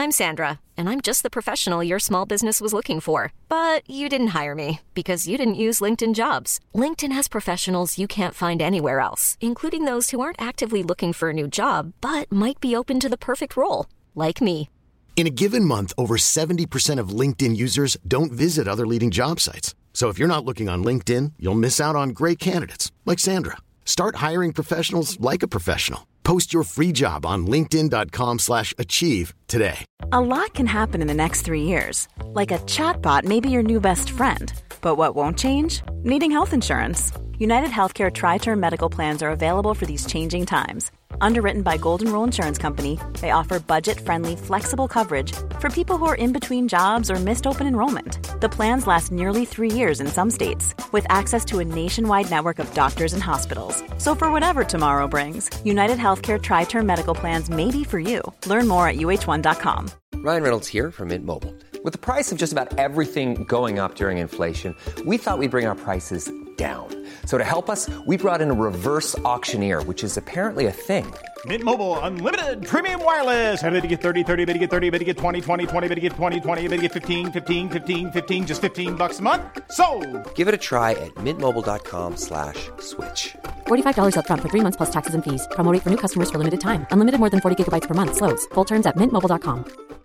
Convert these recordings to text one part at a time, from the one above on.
I'm Sandra, and I'm just the professional your small business was looking for. But you didn't hire me because you didn't use LinkedIn Jobs. LinkedIn has professionals you can't find anywhere else, including those who aren't actively looking for a new job, but might be open to the perfect role, like me. In a given month, over 70% of LinkedIn users don't visit other leading job sites. So if you're not looking on LinkedIn, you'll miss out on great candidates like Sandra. Start hiring professionals like a professional. Post your free job on linkedin.com/achieve today. A lot can happen in the next 3 years. Like a chatbot may be your new best friend. But what won't change? Needing health insurance. United Healthcare Tri-Term Medical Plans are available for these changing times. Underwritten by Golden Rule Insurance Company, they offer budget-friendly, flexible coverage for people who are in between jobs or missed open enrollment. The plans last nearly 3 years in some states, with access to a nationwide network of doctors and hospitals. So for whatever tomorrow brings, United Healthcare Tri-Term Medical Plans may be for you. Learn more at uh1.com. Ryan Reynolds here from Mint Mobile. With the price of just about everything going up during inflation, we thought we'd bring our prices down. So to help us, we brought in a reverse auctioneer, which is apparently a thing. Mint Mobile Unlimited Premium Wireless. How to get 30, 30, bit to get 30, bit to get 20, 20, 20, bit to get 20, 20, bit to get 15, 15, 15, 15, just $15 a month? Sold! Give it a try at mintmobile.com/switch. $45 up front for 3 months plus taxes and fees. Promo rate for new customers for limited time. Unlimited more than 40 gigabytes per month. Slows full terms at mintmobile.com.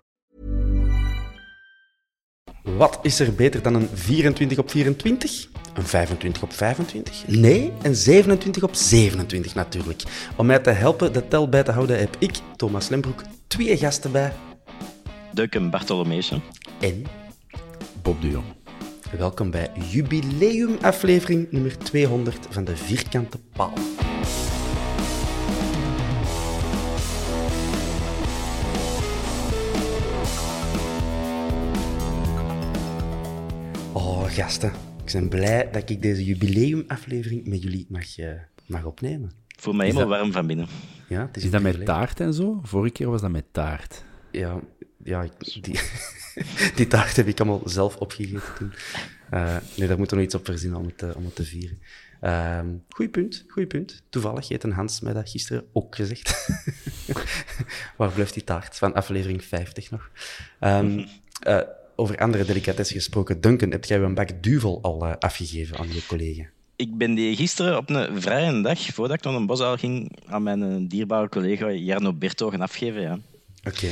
Wat is er beter dan een 24 op 24? Een 25 op 25? Nee, een 27 op 27 natuurlijk. Om mij te helpen de tel bij te houden heb ik, Thomas Lembroek, 2 gasten bij. Duncan Bartholomeeuwsen. En Bob de Jong. Welkom bij jubileumaflevering nummer 200 van de Vierkante Paal. Oh, gasten. Ik ben blij dat ik deze jubileumaflevering met jullie mag opnemen. Ik voel me helemaal warm van binnen. Ja, het is dat met taart en zo? Vorige keer was dat met taart. Ja, die taart heb ik allemaal zelf opgegeten toen. Nee, daar moeten we nog iets op verzinnen om het te vieren. Goeie punt. Toevallig heeft een Hans mij dat gisteren ook gezegd. Waar blijft die taart? Van aflevering 50 nog. Over andere delicatessen gesproken. Duncan, heb jij een bak duvel al afgegeven aan je collega? Ik ben die gisteren op een vrije dag, voordat ik naar een bosuil ging, aan mijn dierbare collega Jarno Berto gaan afgeven. Ja. Oké.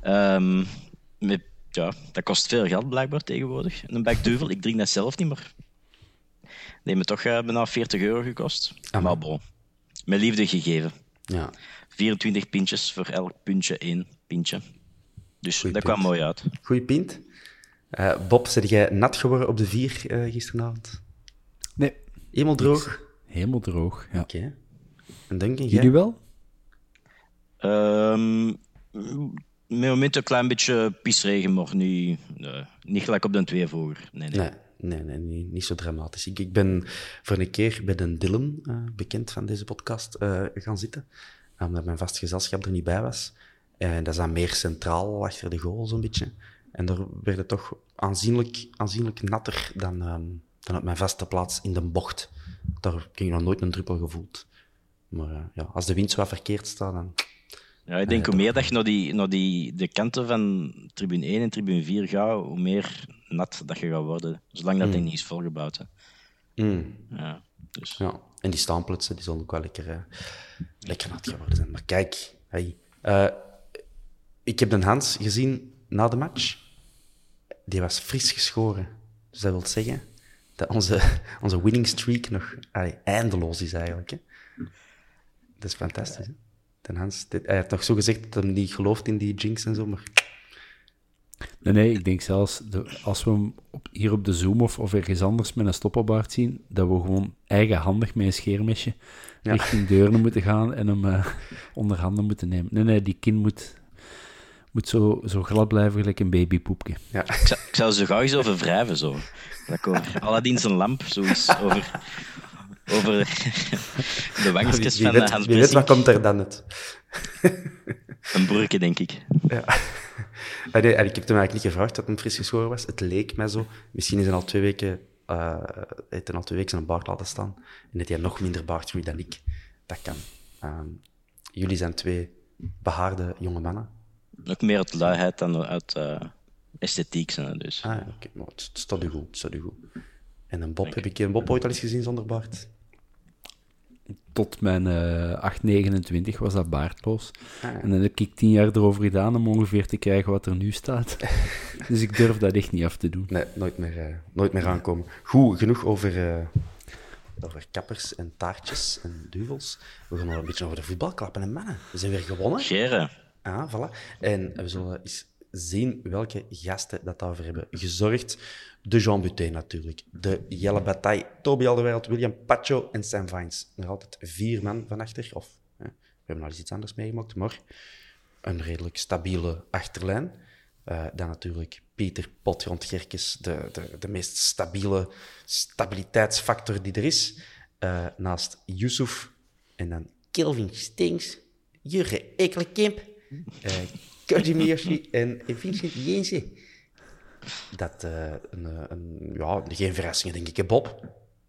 Dat kost veel geld blijkbaar tegenwoordig. Een bak duvel, ik drink dat zelf niet, maar dat heeft me toch bijna €40 gekost. Maar bon, met liefde gegeven. Ja. 24 pintjes, voor elk puntje 1 pintje. Dus Goeie dat pint. kwam mooi uit. Goeie pint. Bob, ben jij nat geworden op de 4 gisteravond? Nee. Helemaal droog? Helemaal droog, ja. Oké. En Duncan, jij? Jullie wel? Met een moment een klein beetje pisregen, maar niet gelijk op de 2 vroeger. Nee, niet zo dramatisch. Ik ben voor een keer bij de Dylan, bekend van deze podcast, gaan zitten. Omdat mijn vast gezelschap er niet bij was. En dat is dan meer centraal, achter de goal, zo'n beetje. En daar werd het toch aanzienlijk natter dan op mijn vaste plaats in de bocht. Daar heb ik nog nooit een druppel gevoeld. Maar als de wind zo wat verkeerd staat, dan... Ja, ik denk hoe meer dat je naar de kanten van tribune 1 en tribune 4 gaat, hoe meer nat dat je gaat worden. Zolang dat ding niet is volgebouwd. Hè. Ja, dus. Ja, en die staanplutsen die zullen ook wel lekker nat geworden zijn. Maar kijk, hey, ik heb de Hans gezien na de match. Die was fris geschoren. Dus dat wil zeggen dat onze winning streak nog eindeloos is eigenlijk. Hè? Dat is fantastisch. Hè? Ten Hans, hij had nog zo gezegd dat hij niet gelooft in die jinx en zo, maar... Nee, ik denk zelfs, als we hem hier op de Zoom of ergens anders met een stoppenbaard zien, dat we gewoon eigenhandig met een scheermesje richting deuren moeten gaan en hem onder handen moeten nemen. Nee, die kin moet zo glad blijven gelijk een babypoepje. Ja. Ik zou zo gauw eens over wrijven, zo. Dat ik over Aladdin zijn lamp, zoiets over de wangstjes van Hans Bressink. Wie weet, wat komt er dan uit? Een broertje, denk ik. Ja. Ik heb hem eigenlijk niet gevraagd dat hij fris geschoren was. Het leek mij zo. Misschien is hij al 2 weken... heeft hij al 2 weken zijn baard laten staan. En heeft hij nog minder baardgroei dan ik. Dat kan. Jullie zijn 2 behaarde jonge mannen. Ook meer uit luiheid dan uit esthetiek. Dus. Oké. Maar het staat u goed. En een Bob, heb ik een Bob ooit al eens gezien zonder baard? Tot mijn 8,29 was dat baardloos. En dan heb ik 10 jaar erover gedaan om ongeveer te krijgen wat er nu staat. Dus ik durf dat echt niet af te doen. Nee, nooit meer aankomen. Goed, genoeg over kappers en taartjes en duvels. We gaan nog een beetje over de voetbal klappen. En mannen, we zijn weer gewonnen. Geren. Voilà. En we zullen eens zien welke gasten dat daarvoor hebben gezorgd. De Jean Buté natuurlijk. De Jelle Bataille, Toby Alderweireld, William Pacho en Sam Vines. Nog altijd 4 man van achter. We hebben al eens iets anders meegemaakt, maar een redelijk stabiele achterlijn. Dan natuurlijk Pieter Potgrond-Gerkes, de meest stabiele stabiliteitsfactor die er is. Naast Yusuf en dan Kelvin Stengs, Jurgen Ekelenkamp, Koji Miyoshi en Vincent Jensen. Dat geen verrassingen, denk ik, hè, Bob?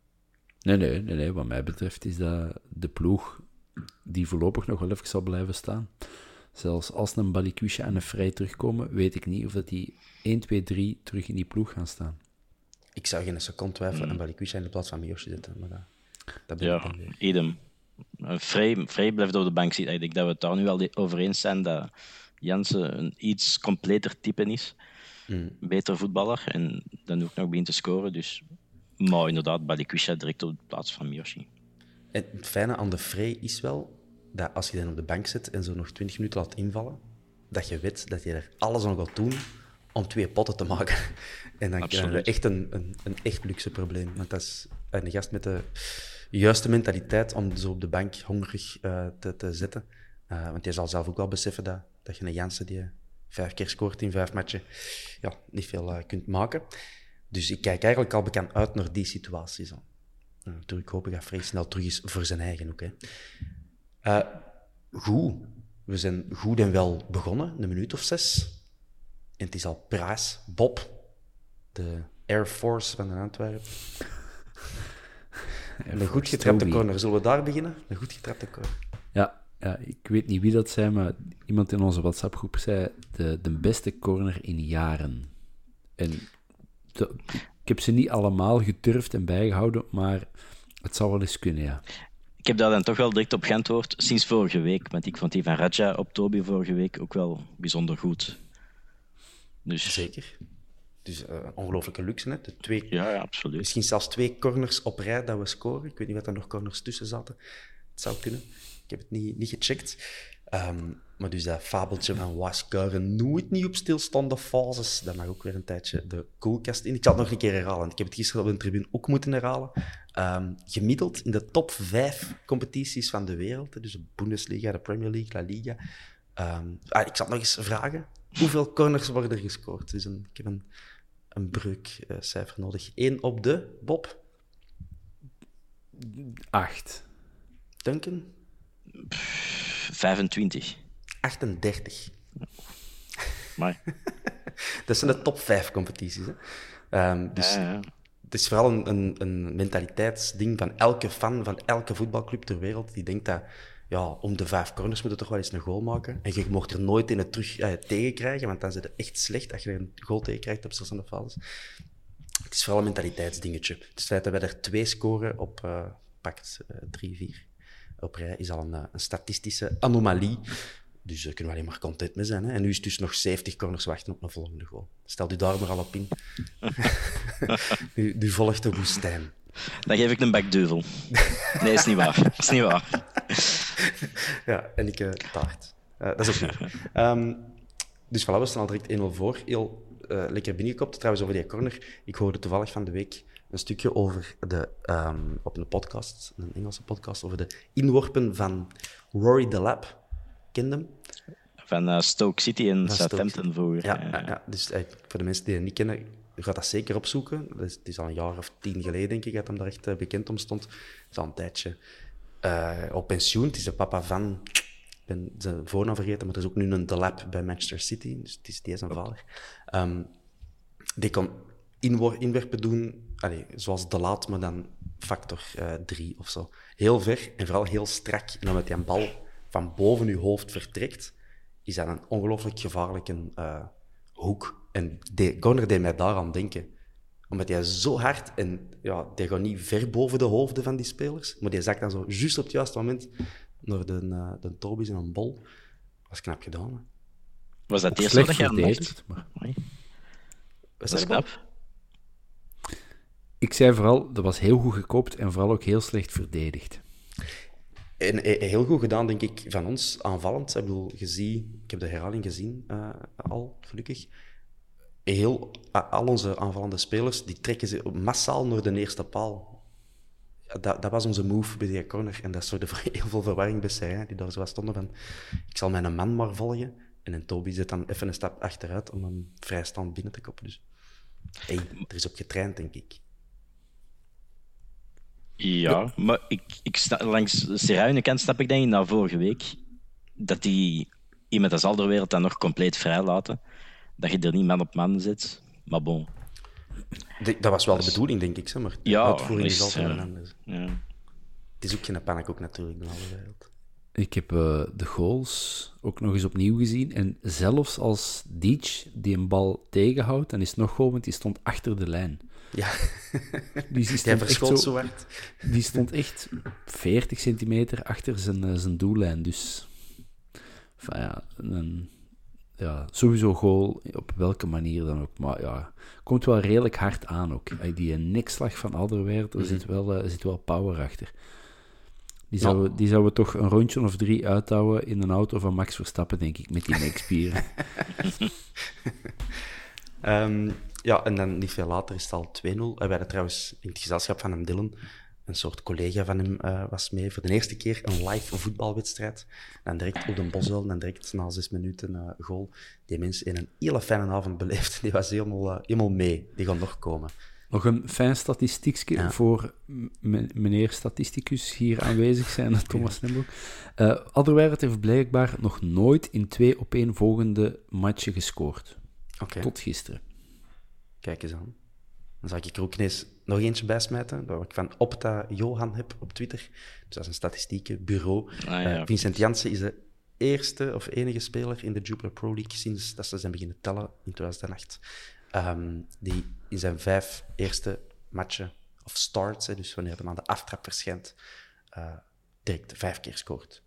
Nee. Wat mij betreft is dat de ploeg die voorlopig nog wel even zal blijven staan. Zelfs als een Balikwisha en een Vrij terugkomen, weet ik niet of dat die 1, 2, 3 terug in die ploeg gaan staan. Ik zou geen seconde twijfelen en Balikwisha in de plaats van Miyoshi zetten. Maar dat ben ik dan weer. Idem. Vrij blijft op de bank zitten. Ik denk dat we het daar nu al over eens zijn dat Jansen een iets completer type is. Een betere voetballer en dan ook nog begint te scoren. Dus, maar inderdaad, Balikwisha direct op de plaats van Miyoshi. En het fijne aan de Vrij is wel dat als je dan op de bank zit en zo nog 20 minuten laat invallen, dat je weet dat je er alles aan gaat doen om 2 potten te maken. En dan krijg je echt een echt luxe probleem. Want dat is een gast met de juiste mentaliteit om zo op de bank hongerig te zitten. Want je zal zelf ook wel beseffen dat je een Jansen die 5 keer scoort in 5 matchen, niet veel kunt maken. Dus ik kijk eigenlijk al bekend uit naar die situaties. Natuurlijk hoop ik dat Vrij snel terug is voor zijn eigen ook. Goed. We zijn goed en wel begonnen, een minuut of 6. En het is al Prijs, Bob, de Air Force van Antwerpen. Een goed getrapte corner. Zullen we daar beginnen? Een goed getrapte corner. Ja, ik weet niet wie dat zei, maar iemand in onze WhatsApp-groep zei de beste corner in jaren. En ik heb ze niet allemaal gedurfd en bijgehouden, maar het zou wel eens kunnen, ja. Ik heb daar dan toch wel direct op geantwoord sinds vorige week, want ik vond die van Raja op Toby vorige week ook wel bijzonder goed. Dus... Zeker. Dus ongelooflijke luxe, hè? De 2, ja, absoluut. Misschien zelfs 2 corners op rij dat we scoren. Ik weet niet wat er nog corners tussen zaten. Het zou kunnen. Ik heb het niet gecheckt. Maar dus dat fabeltje van Waskuiren nooit niet op stilstaande fases, dat mag ook weer een tijdje de koelkast in. Ik zal het nog een keer herhalen, want ik heb het gisteren op de tribune ook moeten herhalen. Gemiddeld in de top 5 competities van de wereld, dus de Bundesliga, de Premier League, La Liga. Ik zal nog eens vragen, hoeveel corners worden er gescoord? Dus ik heb een breukcijfer nodig. 1 op de, Bob? 8. Duncan? 25. 38. Maar. Dat zijn de top 5 competities. Hè? Dus het is vooral een mentaliteitsding van elke fan van elke voetbalclub ter wereld die denkt dat om de 5 corners moet je toch wel eens een goal maken. En je mocht er nooit in het terug tegen krijgen, want dan is het echt slecht als je er een goal tegen krijgt op stilstaande fases. Het is vooral een mentaliteitsdingetje. Het feit dat wij er 2 scoren op pakt 3-4 op rij is al een statistische anomalie. Dus daar kunnen we alleen maar content mee zijn. Hè? En nu is het dus nog 70 corners wachten op een volgende goal. Stel u daar maar al op in. Nu volgt de woestijn. Dan geef ik een bakduvel. Nee, is niet waar. Is niet waar. Ja, en ik taart. Dat is ook niet. Dus voilà, we staan al direct 1-0 voor. Heel lekker binnengekopt. Trouwens, over die corner. Ik hoorde toevallig van de week een stukje over op een podcast, een Engelse podcast, over de inworpen van Rory Delap. Ken hem? Van Stoke City en Southampton vroeger. Ja. Dus voor de mensen die het niet kennen, gaat dat zeker opzoeken. Het is al een jaar of 10 geleden, denk ik, dat hem daar echt bekend om stond. Het is al een tijdje op pensioen. Het is de papa van... Ik ben zijn voornaam vergeten, maar er is ook nu een Delap bij Manchester City. Dus het is die zijn vader. Die kon inwerpen doen, zoals De Laat, maar dan factor 3 of zo. Heel ver en vooral heel strak. En dan met die bal van boven je hoofd vertrekt, is dat een ongelooflijk gevaarlijke hoek. En Corner deed mij daaraan denken. Omdat hij zo hard... En ja, die gaat niet ver boven de hoofden van die spelers. Maar die zakt dan zo juist op het juiste moment naar de Tobies en een bol. Dat was knap gedaan. Hè. Was dat het Ook eerste slecht wat je verdedigd, maar... Was Dat is knap. Ik zei vooral, dat was heel goed gekoopt en vooral ook heel slecht verdedigd. En heel goed gedaan, denk ik, van ons, aanvallend. Ik bedoel, ik heb de herhaling gezien, al, gelukkig. Al onze aanvallende spelers, die trekken ze massaal naar de eerste paal. Dat was onze move bij die corner. En dat zorgde voor heel veel verwarring bij zij, die daar zo stonden van... Ik zal mijn man maar volgen. En een Toby zet dan even een stap achteruit om hem vrijstand binnen te koppen. Dus er is op getraind, denk ik. Ja, maar langs Seraune kant snap ik denk ik na vorige week dat die iemand als Alderweireld dan nog compleet vrij laten. Dat je er niet man op man zit. Maar bon. Dat was wel de bedoeling, denk ik. Maar de uitvoering is altijd een ander. Ja. Het is ook geen pannenkoek natuurlijk, de Alderweireld. Ik heb de goals ook nog eens opnieuw gezien. En zelfs als Dietsch die een bal tegenhoudt, dan is het nog goal, want die stond achter de lijn. Ja, die verschoot zo hard. Die stond echt 40 centimeter achter zijn doellijn. Dus sowieso goal, op welke manier dan ook. Maar ja, komt wel redelijk hard aan ook. Die nekslag van Alderweireld, er zit wel power achter. Die zouden toch een rondje of 3 uithouden in een auto van Max Verstappen, denk ik, met die nekspieren. Ja, en dan niet veel later is het al 2-0. We hadden trouwens in het gezelschap van hem, Dylan, een soort collega van hem was mee voor de eerste keer een live voetbalwedstrijd. Dan direct op de Boswel, dan direct na 6 minuten goal. Die mensen in een hele fijne avond beleefd. Die was helemaal mee. Die gaan nog komen. Nog een fijn statistiekje voor meneer statisticus hier aanwezig zijn, Thomas Nembroek. Alderweireld heeft blijkbaar nog nooit in 2 opeenvolgende matchen gescoord. Okay. Tot gisteren. Kijk eens aan. Dan zal ik er ook ineens nog eentje bijsmijten, dat ik van Opta Johan heb op Twitter. Dus dat is een statistiekenbureau. Vincent Janssen is de eerste of enige speler in de Jupiler Pro League sinds dat ze zijn beginnen tellen in 2008. Die in zijn 5 eerste matchen, of starts, dus wanneer hij aan de aftrap verschijnt, direct 5 keer scoort.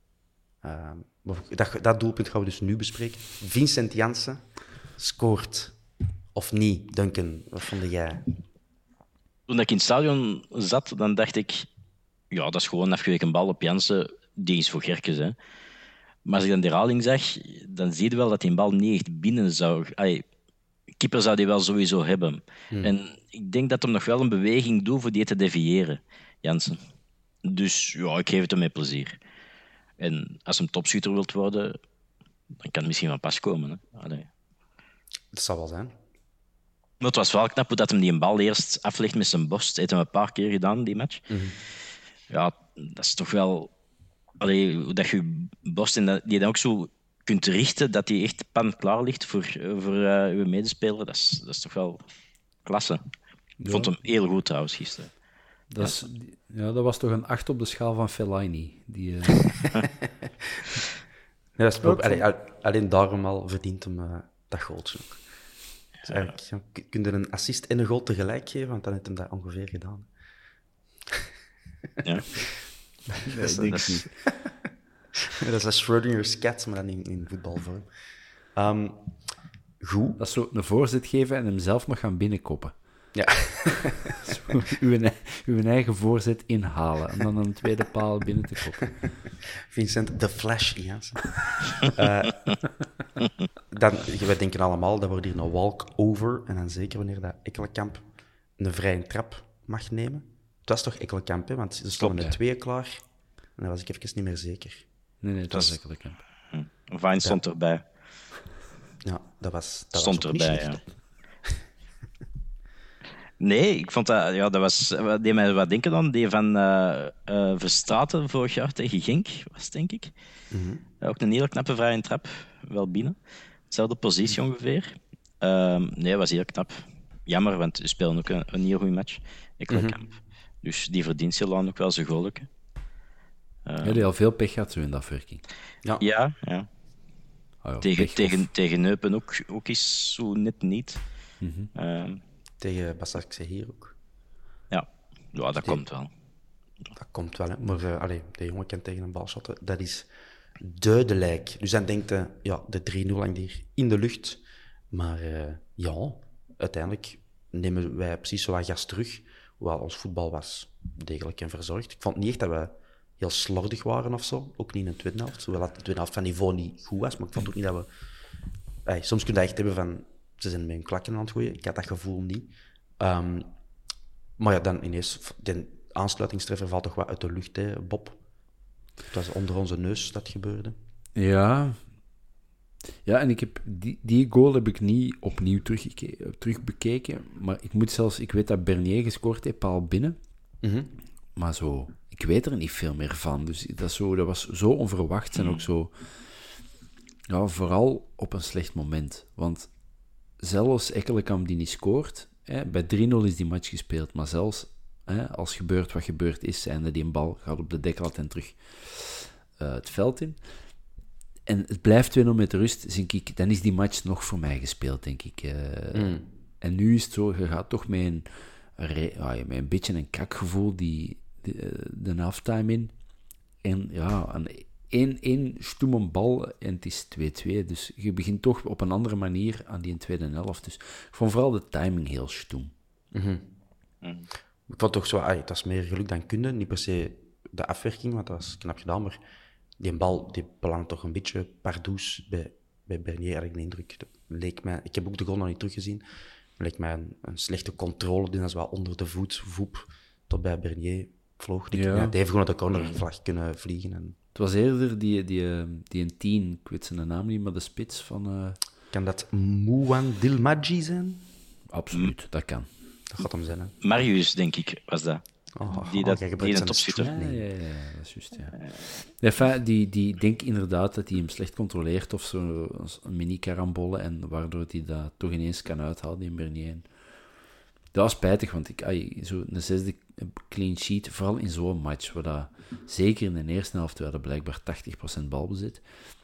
Dat doelpunt gaan we dus nu bespreken. Vincent Janssen scoort of niet, Duncan? Wat vond jij? Toen ik in het stadion zat, dan dacht ik... Ja, dat is gewoon een afgeweken bal op Janssen. Die is voor Gerkes, hè. Maar als ik dan de herhaling zag, dan zie je wel dat die bal niet echt binnen zou... Keeper zou die wel sowieso hebben. En ik denk dat hem nog wel een beweging doet voor die te deviëren, Janssen. Dus ja, ik geef het hem met plezier. En als hem topschutter wilt worden, dan kan het misschien van pas komen. Hè. Dat zal wel zijn. Maar het was wel knap hoe dat hem die een bal eerst aflegt met zijn borst. Dat heeft hem een paar keer gedaan, die match. Mm-hmm. Ja, dat is toch wel... hoe dat je borst en die dan ook zo kunt richten, dat die echt pan klaar ligt voor uw medespeler. Dat is toch wel klasse. Ik vond hem heel goed trouwens gisteren. Dat was toch een 8 op de schaal van Fellaini. Alleen daarom al verdient hem dat goaltje. Dus eigenlijk kun je een assist en een goal tegelijk geven, want dan heeft hem dat ongeveer gedaan. Ja. Dat denk ik niet. Dat is Schrödinger's cat, maar dan in voetbalvorm. Goed. Dat is zo een voorzet geven en hem zelf nog gaan binnenkoppen. Ja. uw eigen voorzet inhalen en dan een tweede paal binnen te koppen. Vincent, de Flash, Janssen. We denken allemaal, dat wordt hier een walk-over. En dan zeker wanneer dat Ekkelenkamp een vrije trap mag nemen. Het was toch Ekkelenkamp, hè? Want er stonden er 2 klaar. En dan was ik even niet meer zeker. Nee, het was Ekkelenkamp. Vine stond erbij. Ja, dat stond was erbij, ja. Nee, ik vond dat was... Die mij wat denken dan, die van Verstraeten vorig jaar tegen Genk, was denk ik. Mm-hmm. Ook een hele knappe vrije trap, wel binnen. Hetzelfde positie ongeveer. Nee, was heel knap. Jammer, want we spelen ook een heel goede match. Ekkelenkamp. Mm-hmm. Dus die verdient zich ook wel zijn goalke. Je had al veel pech gehad zo in de afwerking. Ja. Tegen Eupen ook is zo net niet. Tegen Basak hier ook. Ja, dat komt wel. Dat komt wel, hè. Maar de jongen kan tegen een bal shotten. Dat is duidelijk. Dus dan denkt hij, de 3-0 hangt hier in de lucht. Maar uiteindelijk nemen wij precies zo wat gas terug. Hoewel ons voetbal was degelijk en verzorgd. Ik vond niet echt dat we heel slordig waren of zo. Ook niet in de tweede helft. Hoewel dat de tweede helft van niveau niet goed was. Maar ik vond ook niet dat we... soms kun je dat echt hebben van... Ze zijn met hun klakken aan het gooien. Ik had dat gevoel niet. Maar dan ineens... De aansluitingstreffer valt toch wat uit de lucht, hè, Bob? Het was onder onze neus dat gebeurde. Ja, en die goal heb ik niet opnieuw terugbekeken. Maar ik weet dat Bernier gescoord heeft, paal binnen. Maar zo, ik weet er niet veel meer van. Dus dat was zo onverwacht en ook zo... Ja, vooral op een slecht moment. Want zelfs Ekkelenkamp die niet scoort, bij 3-0 is die match gespeeld, maar zelfs als gebeurt wat gebeurd is, zijnde die een bal gaat op de deklat en terug het veld in. En het blijft 2-0 met de rust, denk ik, dan is die match nog voor mij gespeeld, denk ik. En nu is het zo, je gaat toch met een beetje een kakgevoel de halftime in. En één stoeme bal en het is 2-2. Dus je begint toch op een andere manier aan die tweede helft. Dus ik vond vooral de timing heel stoem. Ik vond toch zo, het was meer geluk dan kunde. Niet per se de afwerking, want dat was knap gedaan, maar die bal die belandde toch een beetje pardoes bij Bernier, had ik de indruk. Leek mij, ik heb ook de goal nog niet teruggezien. Het leek mij een slechte controle, die was wel onder de voep tot bij Bernier vloog. Die heeft gewoon de cornervlag kunnen vliegen. En... Het was eerder die een 10, ik weet zijn naam niet, maar de spits van... Kan dat Mouan Dilmadji zijn? Absoluut, dat kan. Dat gaat hem zijn, hè. Marius, denk ik, was dat. Die een topschutter. Ja, dat is juist, ja. Die denk inderdaad dat hij hem slecht controleert of zo een mini-karambole en waardoor hij dat toch ineens kan uithalen in Bernier. Dat was spijtig, want zo een 6e clean sheet, vooral in zo'n match, waar dat, zeker in de eerste helft, we hadden blijkbaar 80% balbezit.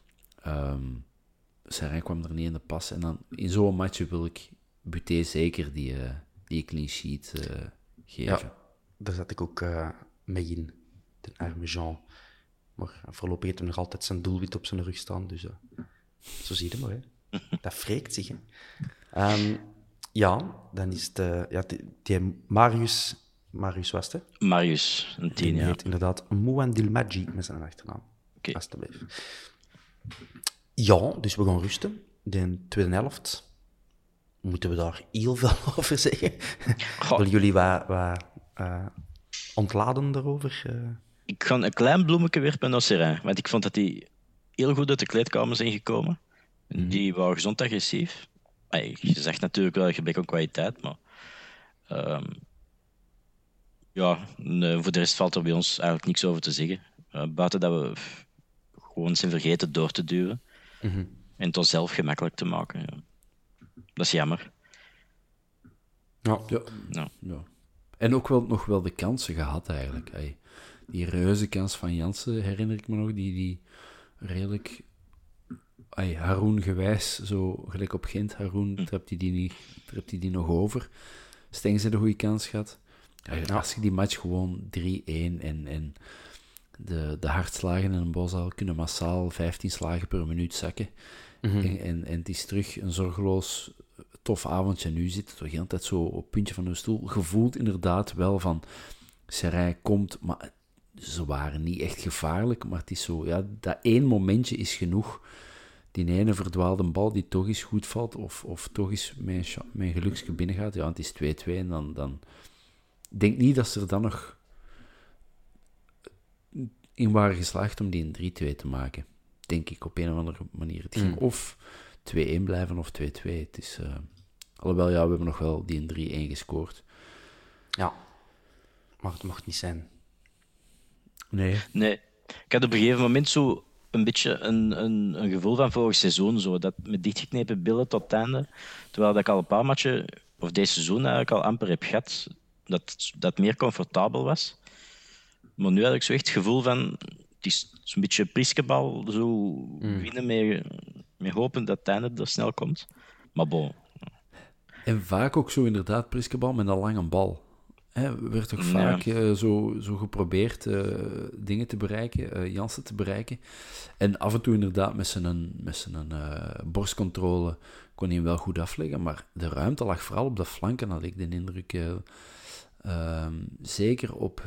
Serijn kwam er niet in de pas. En dan in zo'n match wil ik Buté zeker die clean sheet geven. Ja, daar zat ik ook mee in, de arme Jean. Maar voorlopig heeft hij nog altijd zijn doelwit op zijn rug staan, dus zo zie je maar, hè. Dat wreekt zich, hè. Dan is het... die Marius was het, hè? Marius, een 10, ja. heet inderdaad Mouan Dilmadji met zijn achternaam. Oké. Alsjeblieft. Ja, dus we gaan rusten. De tweede helft. Moeten we daar heel veel over zeggen? Willen jullie wat ontladen daarover? Ik ga een klein bloemetje werpen naar Serijn, want ik vond dat die heel goed uit de kleedkamer zijn gekomen. Die waren gezond agressief. Je zegt natuurlijk wel gebrek aan kwaliteit, maar voor de rest valt er bij ons eigenlijk niks over te zeggen. Buiten dat we gewoon zijn vergeten door te duwen en het onszelf gemakkelijk te maken. Ja. Dat is jammer. Ja. En ook nog wel de kansen gehad eigenlijk. Die reuze kans van Jansen herinner ik me nog, die redelijk Haroun gewijs, zo gelijk op Gent. Haroun trapt hij die nog over. Stengs heeft een goede kans gehad. Als je die match gewoon 3-1 en de hartslagen in een Bosal kunnen massaal 15 slagen per minuut zakken. En het is terug een zorgeloos tof avondje. Nu zit het toch heel tijd zo op het puntje van de stoel. Gevoeld inderdaad wel van Serijn komt, maar ze waren niet echt gevaarlijk. Maar het is zo, dat één momentje is genoeg. Die ene verdwaalde bal die toch eens goed valt, of toch eens mijn geluksje binnen gaat. Ja, het is 2-2 en dan denk niet dat ze er dan nog in waren geslaagd om die een 3-2 te maken. Denk ik, op een of andere manier. Het ging of 2-1 blijven of 2-2. Het is... Alhoewel, we hebben nog wel die een 3-1 gescoord. Ja, maar het mocht niet zijn. Nee. Ik had op een gegeven moment zo een beetje een gevoel van vorig seizoen, zo, dat met dichtgeknepen billen tot het einde, terwijl dat ik al een paar matchen, of deze seizoen eigenlijk al amper heb gehad, dat meer comfortabel was. Maar nu had ik zo echt het gevoel van, het is zo'n beetje priskebal, zo winnen mee hopen dat het einde er snel komt. Maar bon. En vaak ook zo inderdaad priskebal met een lange bal. Werd toch vaak zo geprobeerd dingen te bereiken, Jansen te bereiken. En af en toe inderdaad met zijn borstcontrole kon hij hem wel goed afleggen, maar de ruimte lag vooral op de flanken, had ik de indruk. Zeker op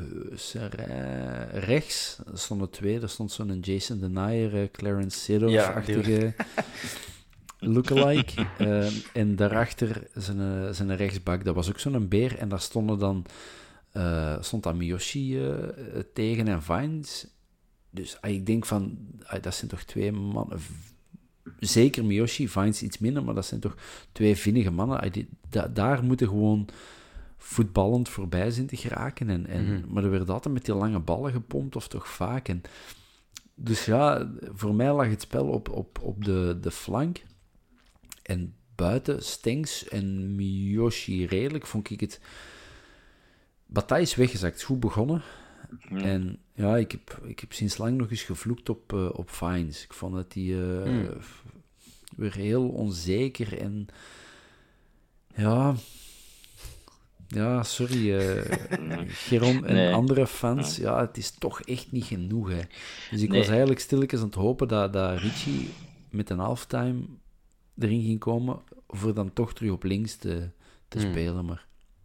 rechts stonden twee, daar stond zo'n Jason Denayer, Clarence Seedorf-achtige lookalike. En daarachter zijn rechtsbak, dat was ook zo'n beer. En daar stond dan Miyoshi tegen en Vines. Dus ik denk van, dat zijn toch twee mannen. Zeker Miyoshi, Vines iets minder, maar dat zijn toch twee vinnige mannen. Daar moeten gewoon voetballend voorbij zien te geraken. Maar er werd altijd met die lange ballen gepompt, of toch vaak. Dus ja, voor mij lag het spel op de flank. En buiten Stengs en Miyoshi redelijk, vond ik het... Bataille is weggezakt, goed begonnen. En ja, ik heb sinds lang nog eens gevloekt op Vines. Ik vond dat die weer heel onzeker en... Ja, sorry, Geron en andere fans. Ja, het is toch echt niet genoeg, hè. Dus ik was eigenlijk stilletjes aan het hopen dat Richie met een halftime erin ging komen, voor dan toch terug op links te spelen, maar...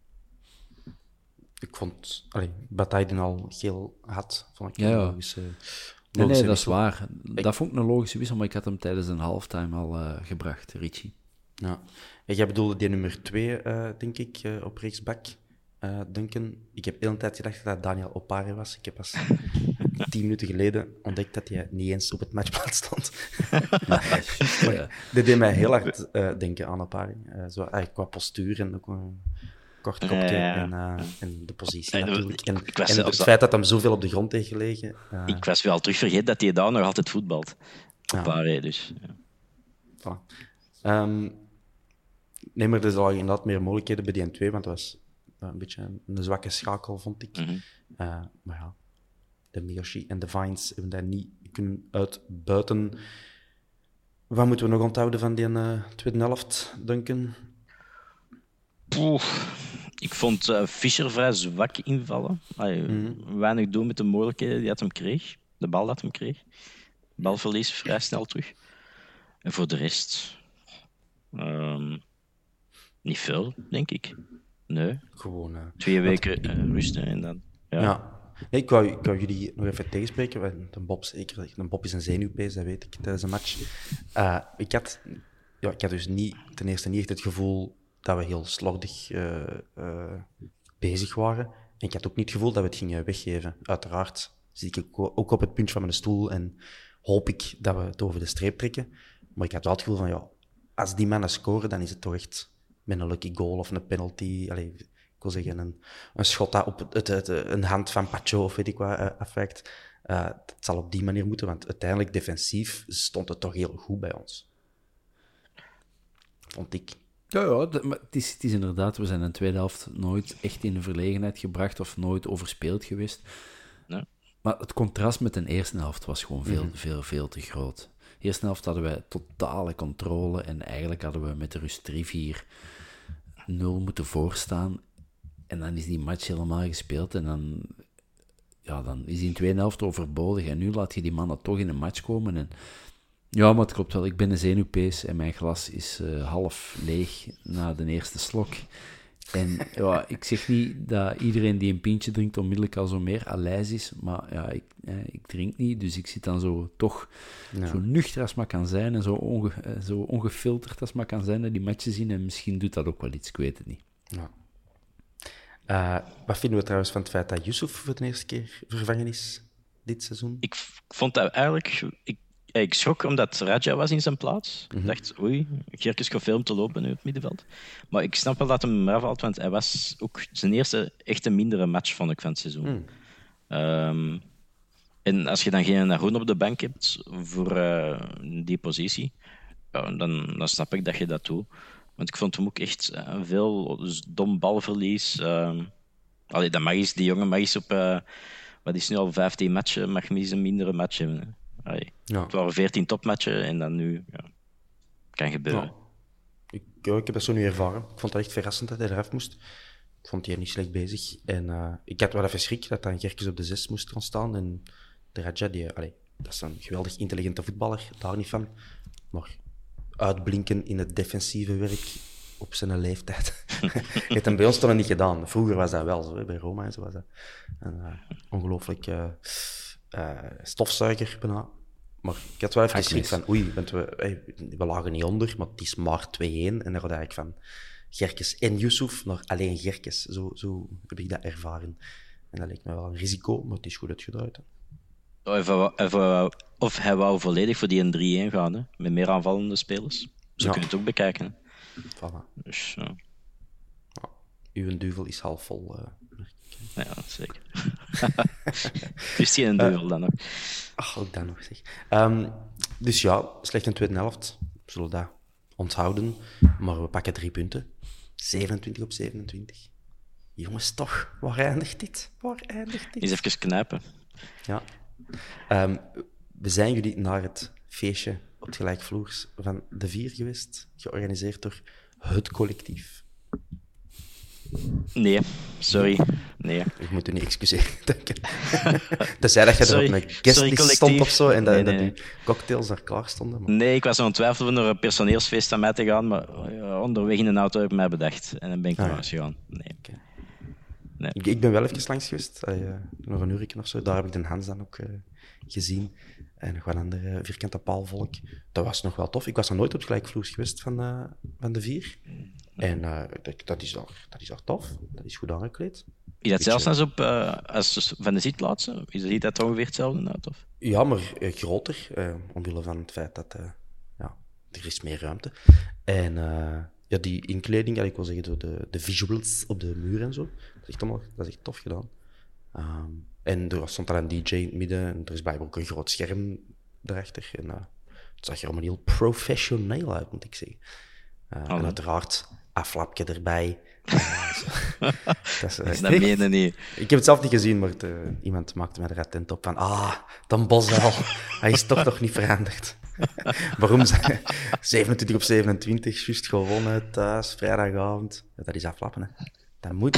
Ik vond... Bataille die al geel had, vond ik een logische... Nee, dat is waar. Dat vond ik een logische wissel, maar ik had hem tijdens een halftime al gebracht, Richie. Ja. En jij bedoelde die nummer 2, denk ik, op rechtsbak, Duncan. Ik heb de hele tijd gedacht dat dat Daniel Opare was. Ik heb pas 10 minuten geleden ontdekt dat hij niet eens op het matchplan stond. Dat deed mij heel hard denken aan Opare. Qua postuur en ook een kort kopje en de positie natuurlijk. En het feit dat hem zoveel op de grond heeft gelegen. Ik was wel terug vergeten dat hij daar nog altijd voetbalt. Opare, dus... Ja. Voilà. Nee, maar er is al inderdaad meer mogelijkheden bij die N2, want dat was een beetje een zwakke schakel, vond ik. Maar ja, de Miyoshi en de Vines hebben dat niet kunnen uitbuiten. Wat moeten we nog onthouden van die tweede helft, Duncan? Ik vond Fischer vrij zwak invallen. Weinig doen met de mogelijkheden die hij hem kreeg. De bal dat hem kreeg. Balverlies vrij snel terug. En voor de rest... niet veel, denk ik. Nee. Gewoon... 2 weken rusten en dan... Ja. Nee, ik wou jullie nog even tegenspreken. Want Bob is een zenuwpees, dat weet ik, tijdens een match. Ik had dus ten eerste niet echt het gevoel dat we heel slordig bezig waren. En ik had ook niet het gevoel dat we het gingen weggeven. Uiteraard zit ik ook op het puntje van mijn stoel en hoop ik dat we het over de streep trekken. Maar ik had wel het gevoel van, als die mannen scoren, dan is het toch echt met een lucky goal of een penalty. Ik wil zeggen, een schot dat op een hand van Pacho of weet ik wat afwijkt. Het zal op die manier moeten, want uiteindelijk defensief stond het toch heel goed bij ons. Vond ik. Ja, maar het is inderdaad, we zijn in de tweede helft nooit echt in de verlegenheid gebracht of nooit overspeeld geweest. Nee. Maar het contrast met de eerste helft was gewoon veel te groot. De eerste helft hadden wij totale controle en eigenlijk hadden we met de rust 3-4-0 moeten voorstaan. En dan is die match helemaal gespeeld en dan is die in de tweede helft overbodig. En nu laat je die mannen toch in een match komen. En ja, maar het klopt wel. Ik ben een zenuwpees en mijn glas is half leeg na de eerste slok. En ja, ik zeg niet dat iedereen die een pintje drinkt onmiddellijk al zo meer alijs is, maar ja, ik drink niet, dus ik zit dan zo toch zo nuchter als maar kan zijn en zo ongefilterd als maar kan zijn naar die matchen zien en misschien doet dat ook wel iets, ik weet het niet. Ja. Wat vinden we trouwens van het feit dat Yusuf voor de eerste keer vervangen is dit seizoen? Ik vond dat eigenlijk... Ik schrok omdat Raja was in zijn plaats. Ik dacht, oei, Gerkes gaat veel om te lopen nu op het middenveld. Maar ik snap wel dat hem eraf valt, want hij was ook zijn eerste echte mindere match, vond ik, van het seizoen. En als je dan geen Naroen op de bank hebt voor die positie, dan snap ik dat je dat doet. Want ik vond hem ook echt veel dom balverlies. Dat mag eens, die jongen mag eens op... wat is nu al 15 matchen, mag niet eens een mindere match hebben. Het waren 14 topmatchen en dan nu... Ja. Kan gebeuren. Ja. Ik heb dat zo nu ervaren. Ik vond dat echt verrassend dat hij eraf moest. Ik vond hij niet slecht bezig. En ik had wel even schrik dat dan Gerkes op de 6 moest gaan staan. En de Radja, dat is een geweldig intelligente voetballer, daar niet van. Maar uitblinken in het defensieve werk op zijn leeftijd. heeft hem bij ons toch niet gedaan. Vroeger was dat wel zo, hè. Bij Roma en zo was dat. Een ongelooflijk stofzuiger bijna. Maar ik had wel even schrik van, we lagen niet onder, maar het is maar 2-1. En dan gaat eigenlijk van Gerkes en Yusuf naar alleen Gerkes. Zo heb ik dat ervaren. En dat leek me wel een risico, maar het is goed uitgedraaid. Of hij wou volledig voor die 3-1 gaan, hè? Met meer aanvallende spelers. Zo kun je het ook bekijken. Hè? Voilà. Dus, uw duvel is half vol. Ja, zeker. Christian en duvel dan ook. Ach, ook dan nog, zeg. Dus ja, slecht in de tweede helft. We zullen dat onthouden. Maar we pakken 3 punten. 27 op 27. Jongens, toch, waar eindigt dit? Eens even knijpen. Ja. We zijn jullie naar het feestje op het gelijkvloers van de 4 geweest, georganiseerd door het collectief. Nee, sorry. Nee. Ik moet u niet excuseren, denk ik. Tenzij dat je er op een guestlist stond of zo en dat die cocktails daar klaar stonden. Maar... Nee, ik was aan het twijfelen om naar een personeelsfeest aan mij te gaan, maar onderweg in een auto heb ik mij bedacht. En dan ben ik naar huis gegaan. Nee. Okay. Nee. Ik ben wel even langs geweest, nog een uurtje of zo. Daar heb ik de Hans dan ook gezien. En nog wat andere vierkante paalvolk. Dat was nog wel tof. Ik was nog nooit op het gelijkvloers geweest van de 4. En dat is daar tof. Dat is goed aangekleed. Is dat zelfs als van de zitplaatsen? Ziet dat ongeveer hetzelfde uit? Of? Ja, maar groter. Omwille van het feit dat er is meer ruimte. En die inkleding, ik wil zeggen, de visuals op de muur en zo. Dat is echt tof gedaan. En er stond daar een DJ in het midden. En er is blijkbaar ook een groot scherm erachter. En het zag er allemaal heel professioneel uit, moet ik zeggen. En uiteraard, aflapje erbij. Dat meen je niet. Ik heb het zelf niet gezien, maar iemand maakte mij er attent op van Dan Bosel, hij is toch nog niet veranderd. Waarom? 27 op 27, juist gewonnen thuis, vrijdagavond. Ja, dat is aflappen, hè. Dat moet.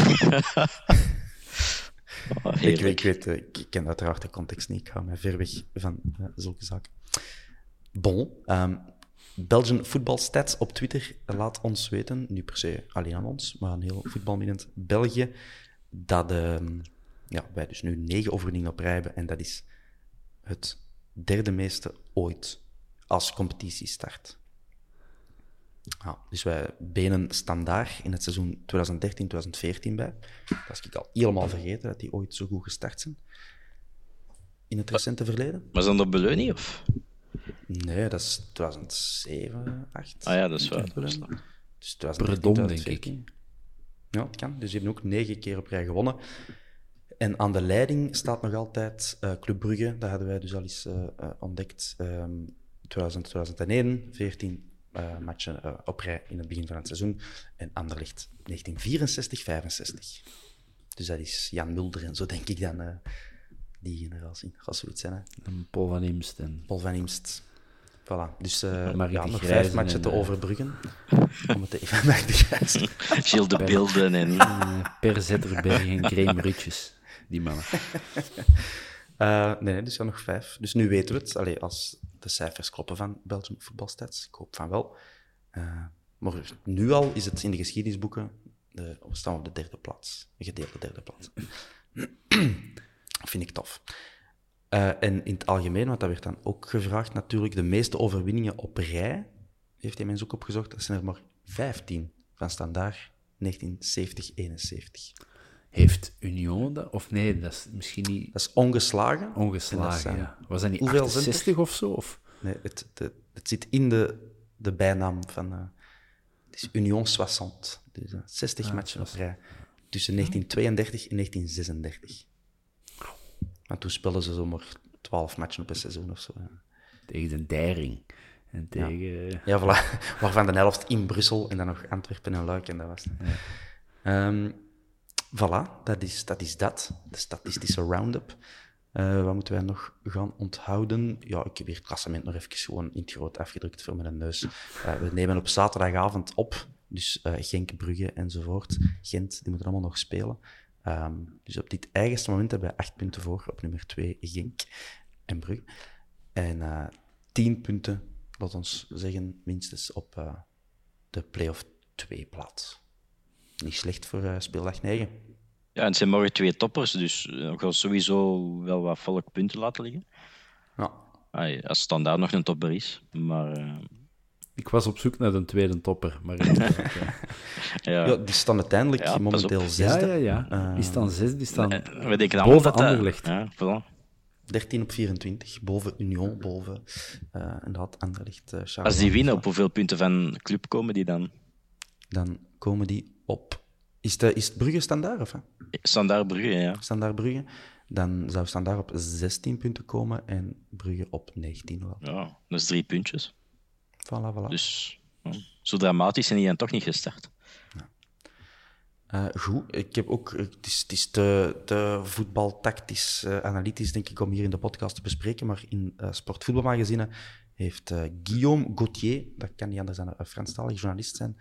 Ik ken uiteraard de context niet. Ik ga mij ver weg van zulke zaken. Bon. Belgian Football Stats op Twitter laat ons weten, niet per se alleen aan ons, maar aan heel voetbalminnend België, dat wij dus nu 9 overwinningen op rij hebben. En dat is het 3e meeste ooit als competitiestart. Dus wij benen Standaard in het seizoen 2013-2014 bij. Dat is ik al helemaal vergeten, dat die ooit zo goed gestart zijn. In het recente verleden. Was dat op Beleunie, of? Nee, dat is 2007, 2008. Ja, dat is waar. Dus 2013, denk ik. Ja, dat kan. Dus die hebben ook 9 keer op rij gewonnen. En aan de leiding staat nog altijd Club Brugge. Dat hadden wij dus al eens ontdekt. 2001, 14 matchen op rij in het begin van het seizoen. En Anderlecht 1964-65. Dus dat is Jan Mulder en zo, denk ik dan, die generatie. Gaat zoiets zijn, hè? Paul van Imst. Paul van Imst. Voilà. Dus nog 5 matchen te overbruggen. Om het even bij te grijzen. Gilles de Beelden en... Per Zetterberg en Graham Rutjes. Die mannen. Nee, dus ja, nog 5. Dus nu weten we het. Allee, als de cijfers kloppen van Belgian Football Stats. Ik hoop van wel. Maar nu al is het in de geschiedenisboeken... we staan op de 3e plaats. Een gedeelde 3e plaats. Vind ik tof. En in het algemeen, want dat werd dan ook gevraagd, natuurlijk de meeste overwinningen op rij, heeft hij mensen ook opgezocht, dat zijn er maar 15 van Standaard 1970-71. Heeft Union dat? Of nee, dat is misschien niet... Dat is ongeslagen. Ongeslagen, ja. Was dat niet hoeveel 68 of zo? Of? Nee, het zit in de bijnaam van... het is Union 60. Dus 60 matchen op rij. Tussen 1932 en 1936. Maar toen speelden ze zomaar 12 matchen op een seizoen of zo. Tegen de Deiring. En tegen... Ja, voilà. Waarvan de helft in Brussel en dan nog Antwerpen en Luik en dat was het. Ja. Voilà, dat is dat. De statistische round-up. Wat moeten wij nog gaan onthouden? Ja, ik heb hier het klassement nog even gewoon in het groot afgedrukt voor mijn neus. We nemen op zaterdagavond op, dus Genk, Brugge enzovoort. Gent, die moeten allemaal nog spelen. Dus op dit eigenste moment hebben we 8 punten voor op nummer 2 Genk en Brugge. En 10 punten, laat ons zeggen, minstens op de play-off 2 plaats. Niet slecht voor speeldag 9. Ja, en het zijn morgen 2 toppers, dus we gaan sowieso wel wat volk punten laten liggen. Ja. Als Standaard nog een topper is, maar... Ik was op zoek naar een tweede topper, maar... Ja, die staan uiteindelijk momenteel 6e. Ja. Die staan 6, die staan we denken boven Anderlecht. Ja, voilà. 13 op 24, boven Union, boven inderdaad Anderlecht. Als die winnen, op hoeveel punten van club komen die dan? Dan komen die op... Is het Brugge Standaard, of? Standaard Brugge, ja. Standaard Brugge. Dan zou Standaard op 16 punten komen en Brugge op 19. Wel. Ja, dat is 3 puntjes. Voilà. Dus zo dramatisch zijn die dan toch niet gestart. Ja. Goed, ik heb ook... Het is te voetbaltactisch, analytisch, denk ik, om hier in de podcast te bespreken, maar in Sportvoetbalmagazine heeft Guillaume Gauthier, dat kan niet anders dan een Franstalige journalist zijn,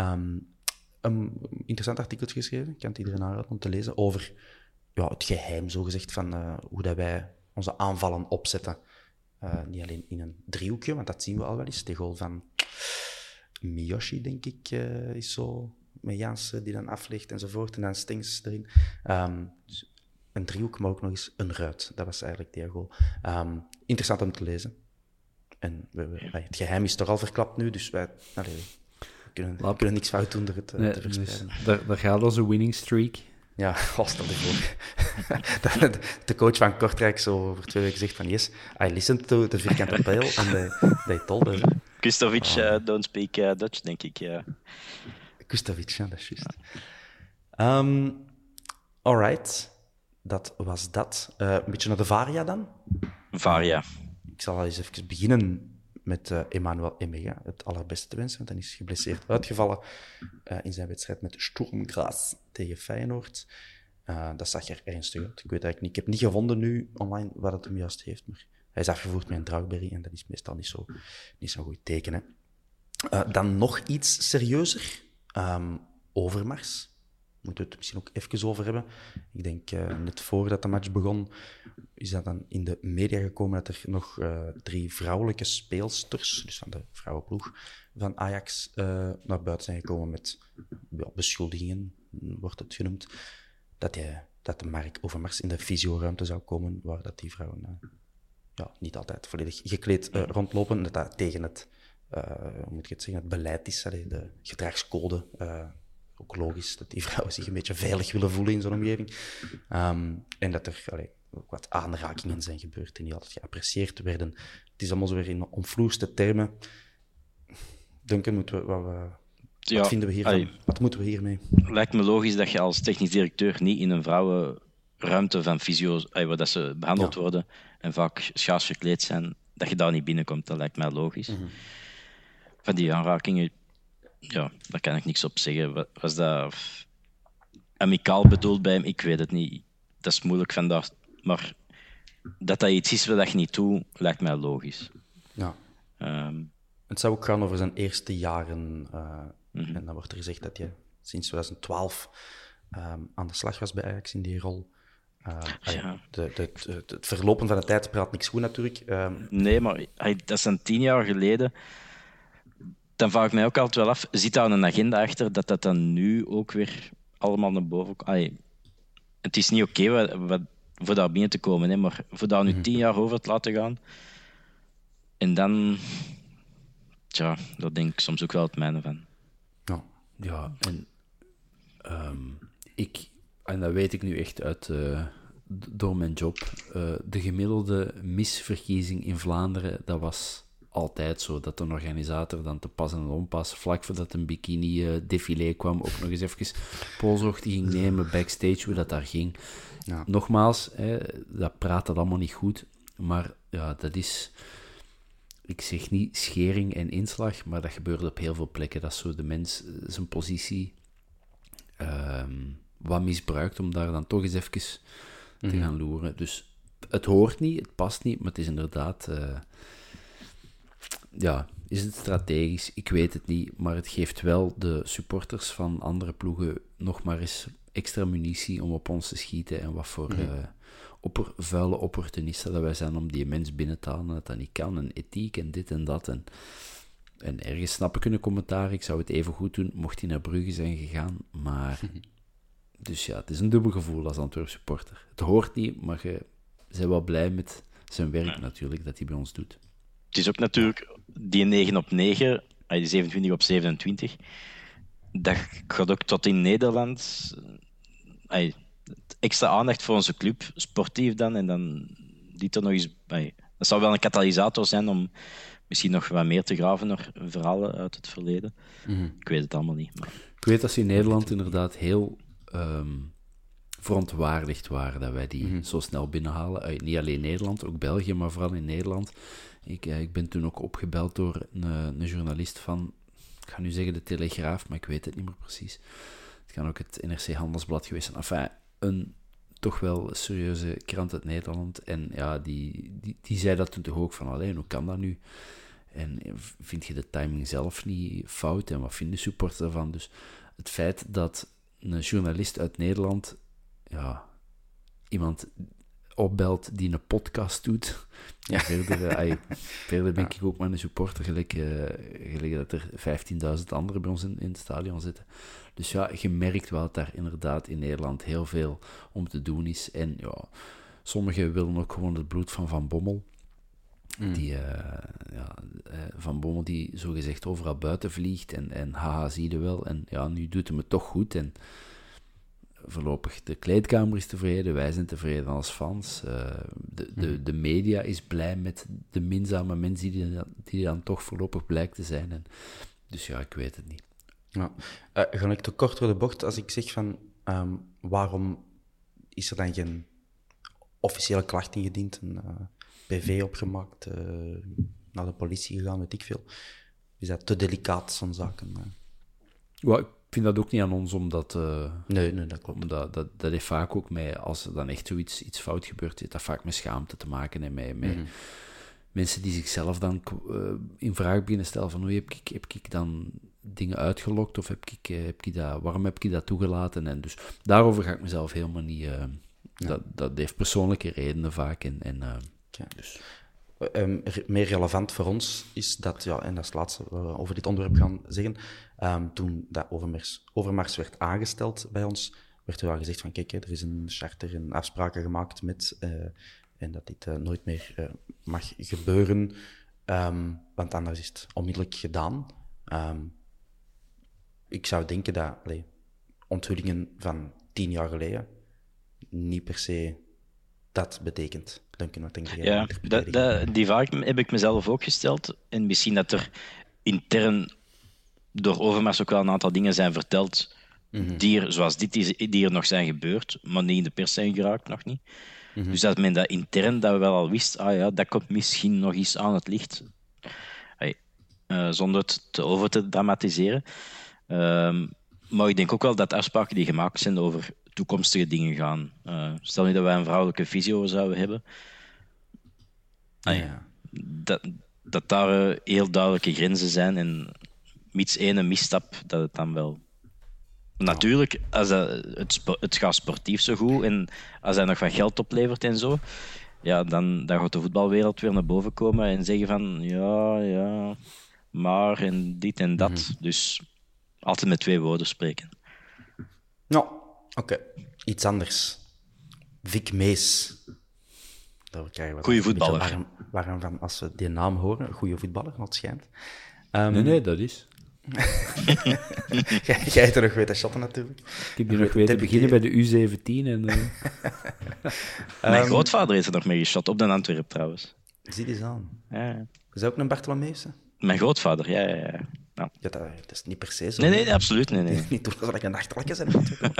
een interessant artikeltje geschreven, ik kan het iedereen aanraden om te lezen, over het geheim, zogezegd, van hoe dat wij onze aanvallen opzetten. Niet alleen in een driehoekje, want dat zien we al wel eens. De goal van Miyoshi, denk ik, is zo met Jansen die dan aflegt enzovoort, en dan Stengs erin. Dus een driehoek, maar ook nog eens een ruit. Dat was eigenlijk die goal. Interessant om te lezen. En het geheim is toch al verklapt nu, dus wij kunnen niks fout doen door het te verspreiden. Dus daar gaat onze winning streak. Ja, stel je voor. De coach van Kortrijk zo over 2 weken zegt van yes, I listened to the vierkante pijl and they told us. Kustovic don't speak Dutch, denk ik. Ja. Kustovic, ja, dat is juist. Alright, dat was dat. Een beetje naar de Varia dan? Varia. Ik zal eens even beginnen met Emmanuel Emega, het allerbeste te wensen, want hij is geblesseerd uitgevallen in zijn wedstrijd met Sturm Graz tegen Feyenoord. Dat zag er ernstig uit. Ik weet eigenlijk niet. Ik heb niet gevonden nu online wat het hem juist heeft, maar hij is afgevoerd met een dragberry en dat is meestal niet zo'n goed teken. Hè. Dan nog iets serieuzer. Overmars. Moeten we het misschien ook even over hebben. Ik denk, net voordat de match begon, is dat dan in de media gekomen dat er nog 3 vrouwelijke speelsters, dus van de vrouwenploeg van Ajax, naar buiten zijn gekomen met beschuldigingen, wordt het genoemd, dat de Mark Overmars in de fysioruimte zou komen, waar dat die vrouwen niet altijd volledig gekleed rondlopen, dat dat tegen het, hoe moet ik het zeggen, het beleid is, de gedragscode. Ook logisch dat die vrouwen zich een beetje veilig willen voelen in zo'n omgeving. En dat er ook wat aanrakingen zijn gebeurd die niet altijd geapprecieerd werden. Het is allemaal zo weer in omvloerste termen. Duncan, wat vinden we hiervan? Wat moeten we hiermee? Lijkt me logisch dat je als technisch directeur niet in een vrouwenruimte van fysio's, waar dat ze behandeld worden en vaak schaars gekleed zijn, dat je daar niet binnenkomt. Dat lijkt mij logisch. Mm-hmm. Van die aanrakingen, ja, daar kan ik niks op zeggen. Was dat amicaal bedoeld bij hem? Ik weet het niet. Dat is moeilijk vandaag. Maar dat iets is wat je niet doet, lijkt mij logisch. Ja. Het zou ook gaan over zijn eerste jaren. En dan wordt er gezegd dat je sinds 2012 aan de slag was bij Ajax in die rol. Het verlopen van de tijd praat niks goed natuurlijk. Nee, maar dat is dan 10 jaar geleden. Dan vraag ik mij ook altijd wel af, zit daar een agenda achter dat dan nu ook weer allemaal naar boven komt? Het is niet oké voor daar binnen te komen, hè, maar voor daar nu 10 jaar over te laten gaan. En dan... Tja, dat denk ik soms ook wel het mijne van. Ja, en en dat weet ik nu echt door mijn job, de gemiddelde misverkiezing in Vlaanderen, dat was altijd zo, dat een organisator dan te pas en onpas, vlak voordat een bikini-défilé kwam, ook nog eens even polshoogte ging nemen, backstage, hoe dat daar ging. Ja. Nogmaals, dat praat dat allemaal niet goed, maar ja, dat is... Ik zeg niet schering en inslag, maar dat gebeurt op heel veel plekken. Dat zo de mens zijn positie wat misbruikt om daar dan toch eens even te gaan loeren. Dus het hoort niet, het past niet, maar het is inderdaad... is het strategisch? Ik weet het niet, maar het geeft wel de supporters van andere ploegen nog maar eens extra munitie om op ons te schieten en wat voor vuile opportunisten dat wij zijn om die mens binnen te halen, dat dat niet kan, en ethiek en dit en dat. En ergens snap ik een commentaar, ik zou het even goed doen, mocht hij naar Brugge zijn gegaan, maar... Dus ja, het is een dubbel gevoel als Antwerp supporter. Het hoort niet, maar je bent wel blij met zijn werk natuurlijk, dat hij bij ons doet. Het is ook natuurlijk die 9 op 9, die 27 op 27, dat gaat ook tot in Nederland extra aandacht voor onze club, sportief dan, en dan dit er nog eens bij. Dat zou wel een katalysator zijn om misschien nog wat meer te graven naar verhalen uit het verleden. Ik weet het allemaal niet. Maar... Ik weet dat ze in Nederland inderdaad heel verontwaardigd waren dat wij die zo snel binnenhalen. Niet alleen Nederland, ook België, maar vooral in Nederland. Ik ben toen ook opgebeld door een journalist van, ik ga nu zeggen de Telegraaf, maar ik weet het niet meer precies. Het kan ook het NRC Handelsblad geweest zijn. Enfin, een toch wel serieuze krant uit Nederland. En ja, die zei dat toen toch ook van, alleen hoe kan dat nu? En vind je de timing zelf niet fout? En wat vinden supporters ervan? Dus het feit dat een journalist uit Nederland, iemand opbelt die een podcast doet. Ja. Verder ben ik ook maar een supporter, gelijk dat er 15.000 anderen bij ons in het stadion zitten. Dus ja, je merkt wel dat daar inderdaad in Nederland heel veel om te doen is. En ja, sommigen willen ook gewoon het bloed van Van Bommel. Van Bommel die zogezegd overal buiten vliegt en haha, zie je wel. En ja, nu doet hem het toch goed en voorlopig de kleedkamer is tevreden, wij zijn tevreden als fans. De media is blij met de minzame mens die dan toch voorlopig blijkt te zijn. En, dus ja, ik weet het niet. Ja. Ga ik te kort door de bocht als ik zeg van waarom is er dan geen officiële klacht ingediend, een PV opgemaakt, naar de politie gegaan, weet ik veel. Is dat te delicaat, zo'n zaken? Ja, ik vind dat ook niet aan ons, omdat... Nee, dat klopt. Dat heeft vaak ook met, als er dan echt zoiets fout gebeurt, heeft dat vaak met schaamte te maken en met mensen die zichzelf dan in vraag beginnen stellen van hoe heb ik dan dingen uitgelokt of waarom heb ik dat toegelaten? En dus daarover ga ik mezelf helemaal niet... Dat heeft persoonlijke redenen vaak. Dus. Meer relevant voor ons is dat, en dat is het laatste over dit onderwerp gaan zeggen, toen dat Overmars werd aangesteld bij ons, werd er wel gezegd van kijk, er is een charter en afspraken gemaakt met, en dat dit nooit meer mag gebeuren, want anders is het onmiddellijk gedaan. Ik zou denken dat onthullingen van 10 jaar geleden niet per se dat betekent. Wat denk jij? Ja, die vraag heb ik mezelf ook gesteld. En misschien dat er intern door Overmars ook wel een aantal dingen zijn verteld, zoals die er nog zijn gebeurd, maar niet in de pers zijn geraakt, nog niet. Dus dat men dat intern dat we wel al wist, dat komt misschien nog eens aan het licht. Zonder het over te dramatiseren. Maar ik denk ook wel dat afspraken die gemaakt zijn over toekomstige dingen gaan. Stel nu dat wij een vrouwelijke fysio zouden hebben. Dat daar heel duidelijke grenzen zijn en mits ene misstap, dat het dan wel... Natuurlijk, als het gaat sportief zo goed en als hij nog wat geld oplevert en zo, dan gaat de voetbalwereld weer naar boven komen en zeggen van maar en dit en dat. Dus altijd met 2 woorden spreken. Oké. Iets anders. Vic Mees. Daar krijgen we goeie voetballer. Warm van als we die naam horen. Goeie voetballer, wat schijnt. Nee, dat is. Jij hebt er nog weten shotten natuurlijk. Ik heb hier nog weten beginnen bij de U17. En, Mijn grootvader heeft er nog mee geschot, op de Antwerp trouwens. Zie die eens aan. Ja. Is dat ook een Bartholomeeuwse? Mijn grootvader, ja. Ja, dat is niet per se zo. Nee, absoluut. Nee. Niet toevallig dat ik een achterlijke zijn.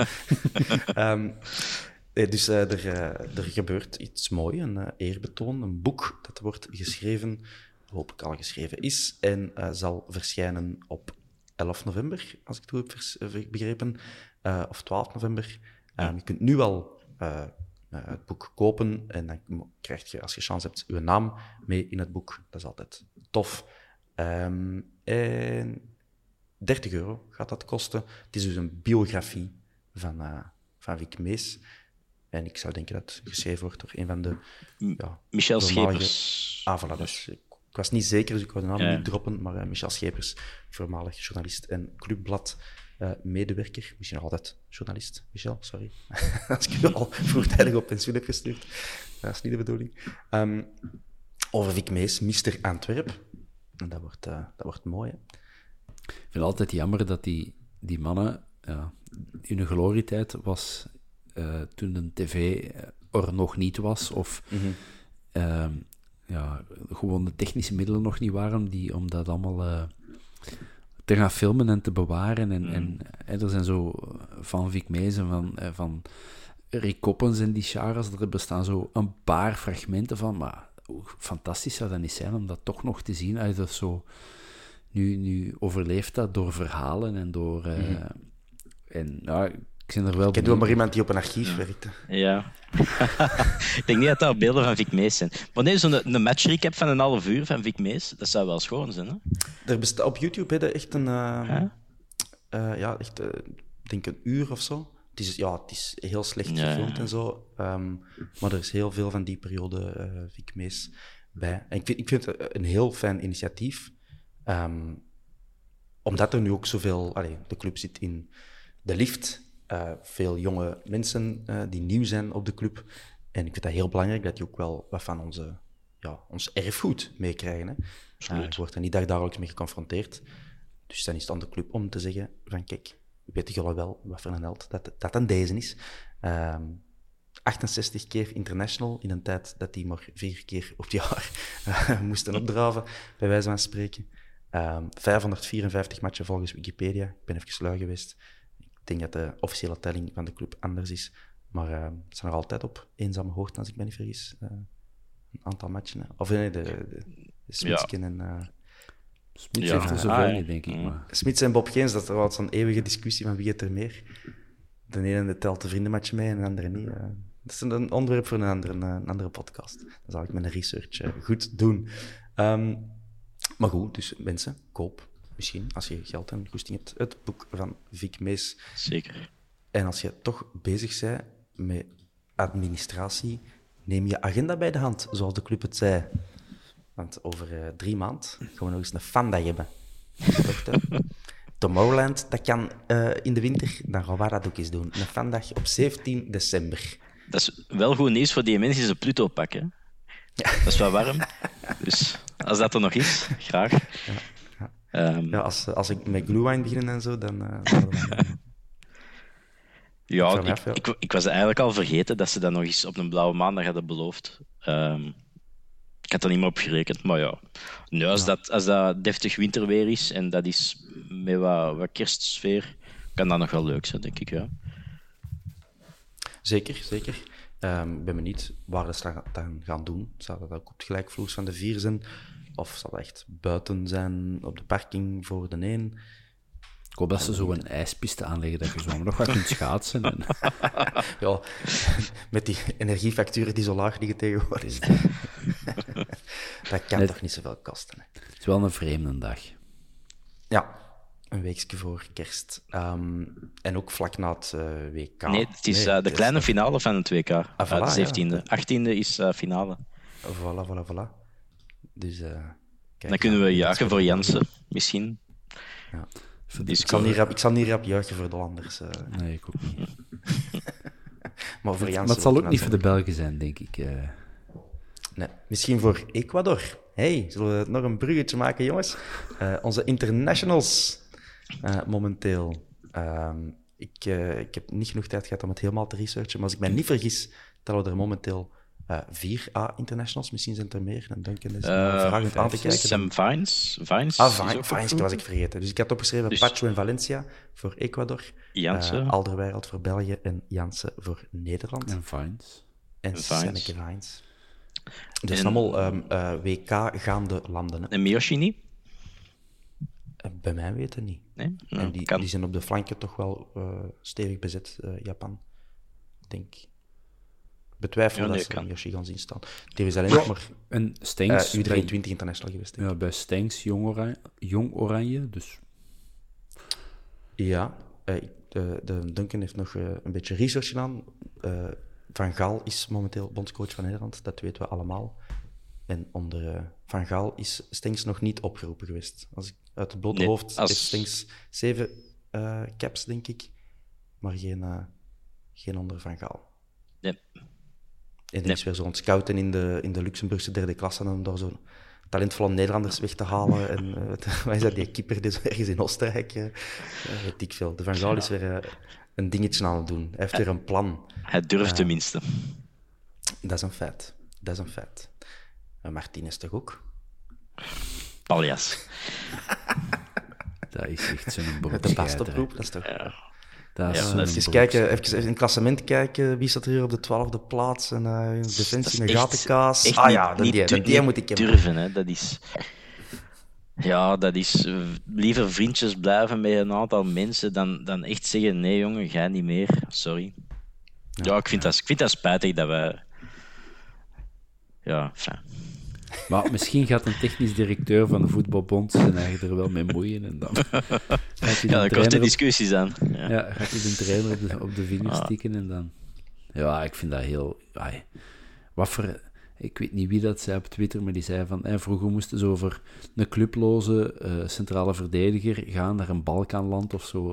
Dus er gebeurt iets moois, een eerbetoon, een boek dat wordt geschreven, hopelijk al geschreven is, en zal verschijnen op 11 november, als ik het goed heb begrepen, of 12 november. Je kunt nu al het boek kopen en dan krijg je, als je chance hebt, je naam mee in het boek. Dat is altijd tof. En €30 gaat dat kosten. Het is dus een biografie van Vic Mees. En ik zou denken dat het geschreven wordt door een van de... Michel Schepers. Voilà. Dus ik was niet zeker, dus ik wou de naam niet droppen. Maar Michel Schepers, voormalig journalist en Clubblad medewerker. Misschien nog altijd journalist, Michel, sorry. Als ik je al vroegtijdig op pensioen heb gestuurd. Dat is niet de bedoeling. Over Vic Mees, Mr. Antwerp. En dat wordt mooi, hè? Ik vind het altijd jammer dat die mannen... hun glorietijd was toen de tv er nog niet was, of gewoon de technische middelen nog niet waren om dat allemaal te gaan filmen en te bewaren. En er zijn zo van Vic Mees en van Rick Coppens en die Charas, er bestaan zo een paar fragmenten van, maar hoe fantastisch zou dat niet zijn om dat toch nog te zien uit dat zo... Nu overleeft dat door verhalen en door... En ik ben er wel... Ik ken wel maar iemand die op een archief werkte. Ja. Ik denk niet dat dat beelden van Vic Mees zijn. Maar nee, zo'n matchrecap van een half uur van Vic Mees, dat zou wel schoon zijn, hè? Er bestaat op YouTube echt een... ik denk een uur of zo. Het is heel slecht gefilmd en zo. Maar er is heel veel van die periode Vic Mees bij. En ik vind het een heel fijn initiatief. Omdat er nu ook zoveel... de club zit in de lift. Veel jonge mensen die nieuw zijn op de club. En ik vind dat heel belangrijk dat die ook wel wat van ons erfgoed meekrijgen. Je wordt er niet dagelijks mee geconfronteerd. Dus dan is het aan de club om te zeggen van kijk, weet jullie wel wat voor een held dat dan deze is. 68 keer international in een tijd dat die maar 4 keer op het jaar moesten opdraven, bij wijze van spreken. 554 matchen volgens Wikipedia. Ik ben even lui geweest. Ik denk dat de officiële telling van de club anders is. Maar het zijn nog altijd op eenzame hoogte, als ik me niet vergis. Een aantal matchen. Hè. Of nee, de Smitsken en... Smits heeft er zoveel niet, denk ik. Maar... Smits en Bob Geens, dat is wel zo'n eeuwige discussie van wie het er meer. De ene telt de vriendenmatch mee en de andere niet. Dat is een onderwerp voor een andere podcast. Dan zal ik mijn research goed doen. Maar goed, dus mensen, koop misschien, als je geld en goesting hebt, het boek van Vic Mees. Zeker. En als je toch bezig bent met administratie, neem je agenda bij de hand, zoals de club het zei. Want over 3 maanden gaan we nog eens een fandag hebben. Tomorrowland, dat kan in de winter. Dan gaan we dat ook eens doen. Een fandag op 17 december. Dat is wel goed nieuws voor die mensen die ze Pluto pakken. Ja. Dat is wel warm. Dus als dat er nog is, graag. Ja. Als ik met glühwein begin en zo, dan... Ik was eigenlijk al vergeten dat ze dat nog eens op een blauwe maandag hadden beloofd. Ik had er niet meer op gerekend, maar ja. Nu, als dat deftig winterweer is en dat is met wat kerstsfeer, kan dat nog wel leuk zijn, denk ik, ja. Zeker. Ik ben benieuwd waar ze dat gaan doen. Zou dat ook op het gelijkvloers van de 4 zijn? Of zal dat echt buiten zijn, op de parking voor de 1? Ik hoop dat ze zo een ijspiste aanleggen, dat je zo nog wat kunt schaatsen. En... Ja, met die energiefacturen die zo laag liggen tegenwoordig. Dat kan toch niet zoveel kosten. Hè? Het is wel een vreemde dag. Ja, een weekje voor kerst. En ook vlak na het WK. Nee, het is de kleine finale van het WK. De 17e. 18e is finale. Voilà. Dus, kijk, dan kunnen we juichen voor Jansen, misschien. Ja. Dus ik zal niet rap juichen voor de landers. Nee, ik ook niet. Maar voor Jansen... Maar het zal ook niet voor de Belgen zijn, denk ik. Nee, misschien voor Ecuador. Zullen we nog een bruggetje maken, jongens? Onze internationals momenteel. Ik heb niet genoeg tijd gehad om het helemaal te researchen, maar als ik mij niet vergis, tellen we er momenteel 4 internationals. Misschien zijn het er meer. Dan denk ik eens vragend aan te kijken. Sam Vines. Vines was ik vergeten. Dus ik had opgeschreven Pacho en Valencia voor Ecuador. Jansen. Alderweireld voor België en Jansen voor Nederland. En Vines. En Senneke Vines. Dus allemaal WK-gaande landen. Hè. En Miyoshi niet? Bij mij weten niet. Nee? En die zijn op de flanken toch wel stevig bezet, Japan. Ik denk. betwijfel dat ze Miyoshi gaan zien staan. Er is alleen nog maar en Stengs, U23 international geweest. Ja, bij Stengs Jong Oranje, dus... Ja, de Duncan heeft nog een beetje research gedaan. Van Gaal is momenteel bondscoach van Nederland, dat weten we allemaal. En onder Van Gaal is Stengs nog niet opgeroepen geweest. Als ik uit het blote hoofd heeft Stengs 7 caps, denk ik. Maar geen onder Van Gaal. Nee. En die is weer zo aan het scouten in de Luxemburgse derde klasse om daar zo'n talentvolle Nederlanders weg te halen. En wat is dat, die keeper die ergens in Oostenrijk? Weet ik veel. De Van Gaal is weer een dingetje aan het doen. Hij heeft weer een plan. Hij durft tenminste. Dat is een feit. Martinez toch ook? Paljas. Dat is echt zo'n beroep. De bastoproep, dat is toch... Even in het klassement kijken, wie staat er hier op de 12e plaats en in defensie een gatenkaas. Die moet ik hebben. Durven, hè. Dat is... Ja, dat is liever vriendjes blijven met een aantal mensen dan echt zeggen, nee jongen, ga niet meer, sorry. Ja, ik vind dat spijtig dat wij... Ja, fijn. Maar misschien gaat een technisch directeur van de voetbalbond zijn eigen er wel mee moeien en dan gaat hij er korte discussies aan. Ja, gaat hij de trainer op de vingers stikken en dan... Ja, ik vind dat heel... Ik weet niet wie dat zei op Twitter, maar die zei van... vroeger moesten ze over een clubloze centrale verdediger gaan naar een Balkanland of zo.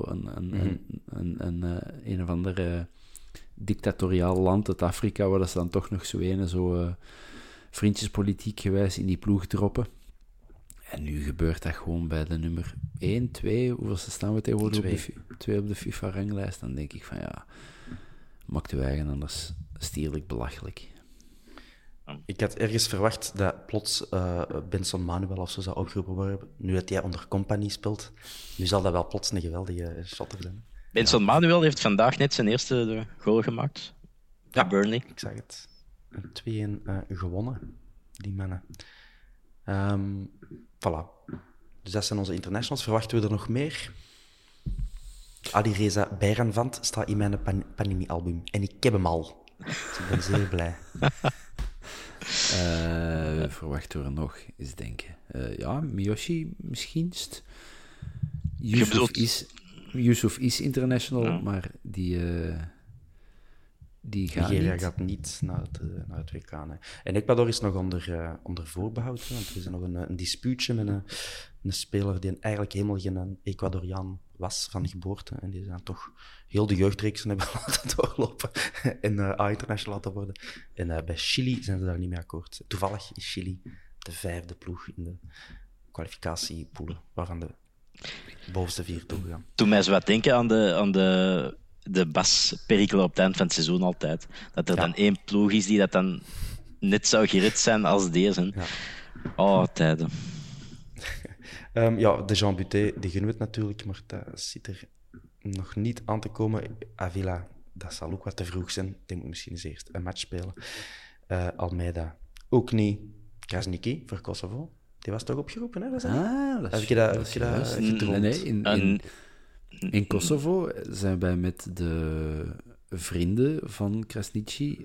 Een of ander dictatoriaal land uit Afrika, waar dat ze dan toch nog zo vriendjespolitiek gewijs in die ploeg droppen. En nu gebeurt dat gewoon bij de nummer 1, 2... Hoeveel staan we tegenwoordig? 2 op de FIFA-ranglijst. Dan denk ik van ja... Maakt uw eigen anders stierlijk belachelijk. Ik had ergens verwacht dat plots Benson Manuel of zo zou opgeroepen worden. Nu dat hij onder Company speelt. Nu zal dat wel plots een geweldige shotter zijn. Benson Manuel heeft vandaag net zijn eerste goal gemaakt. Ja, Burnley. Ik zag het. 2-1 gewonnen, die mannen. Voilà. Dus dat zijn onze internationals. Verwachten we er nog meer? Alireza Bijranvand staat in mijn Panini-album. En ik heb hem al. Dus ik ben zeer blij. Verwachten we er nog eens denken. Miyoshi misschien. Yusuf is international, maar die gaat Nigeria niet. gaat niet naar het WK. Nee. En Ecuador is nog onder voorbehoud, want er is nog een dispuutje met een speler die eigenlijk helemaal geen Ecuadoriaan was van geboorte. En die zijn toch heel de jeugdreeksen hebben laten doorlopen en A-international laten worden. En bij Chili zijn ze daar niet mee akkoord. Toevallig is Chili de 5e ploeg in de kwalificatiepoelen, waarvan de bovenste 4 toegegaan. Toen mij zo wat denken aan de Bas-perikelen op het eind van het seizoen altijd. Dat er dan 1 ploeg is die dat dan net zou gered zijn als deze. Ja. Oh, tijden. De Jean Buté, die gunnen we het natuurlijk, maar dat zit er nog niet aan te komen. Avila, dat zal ook wat te vroeg zijn. Die moet misschien eens eerst een match spelen. Almeida, ook niet. Krasniqi voor Kosovo. Die was toch opgeroepen, hè? Dat is dat gedroomd? In Kosovo zijn wij met de vrienden van Krasniqi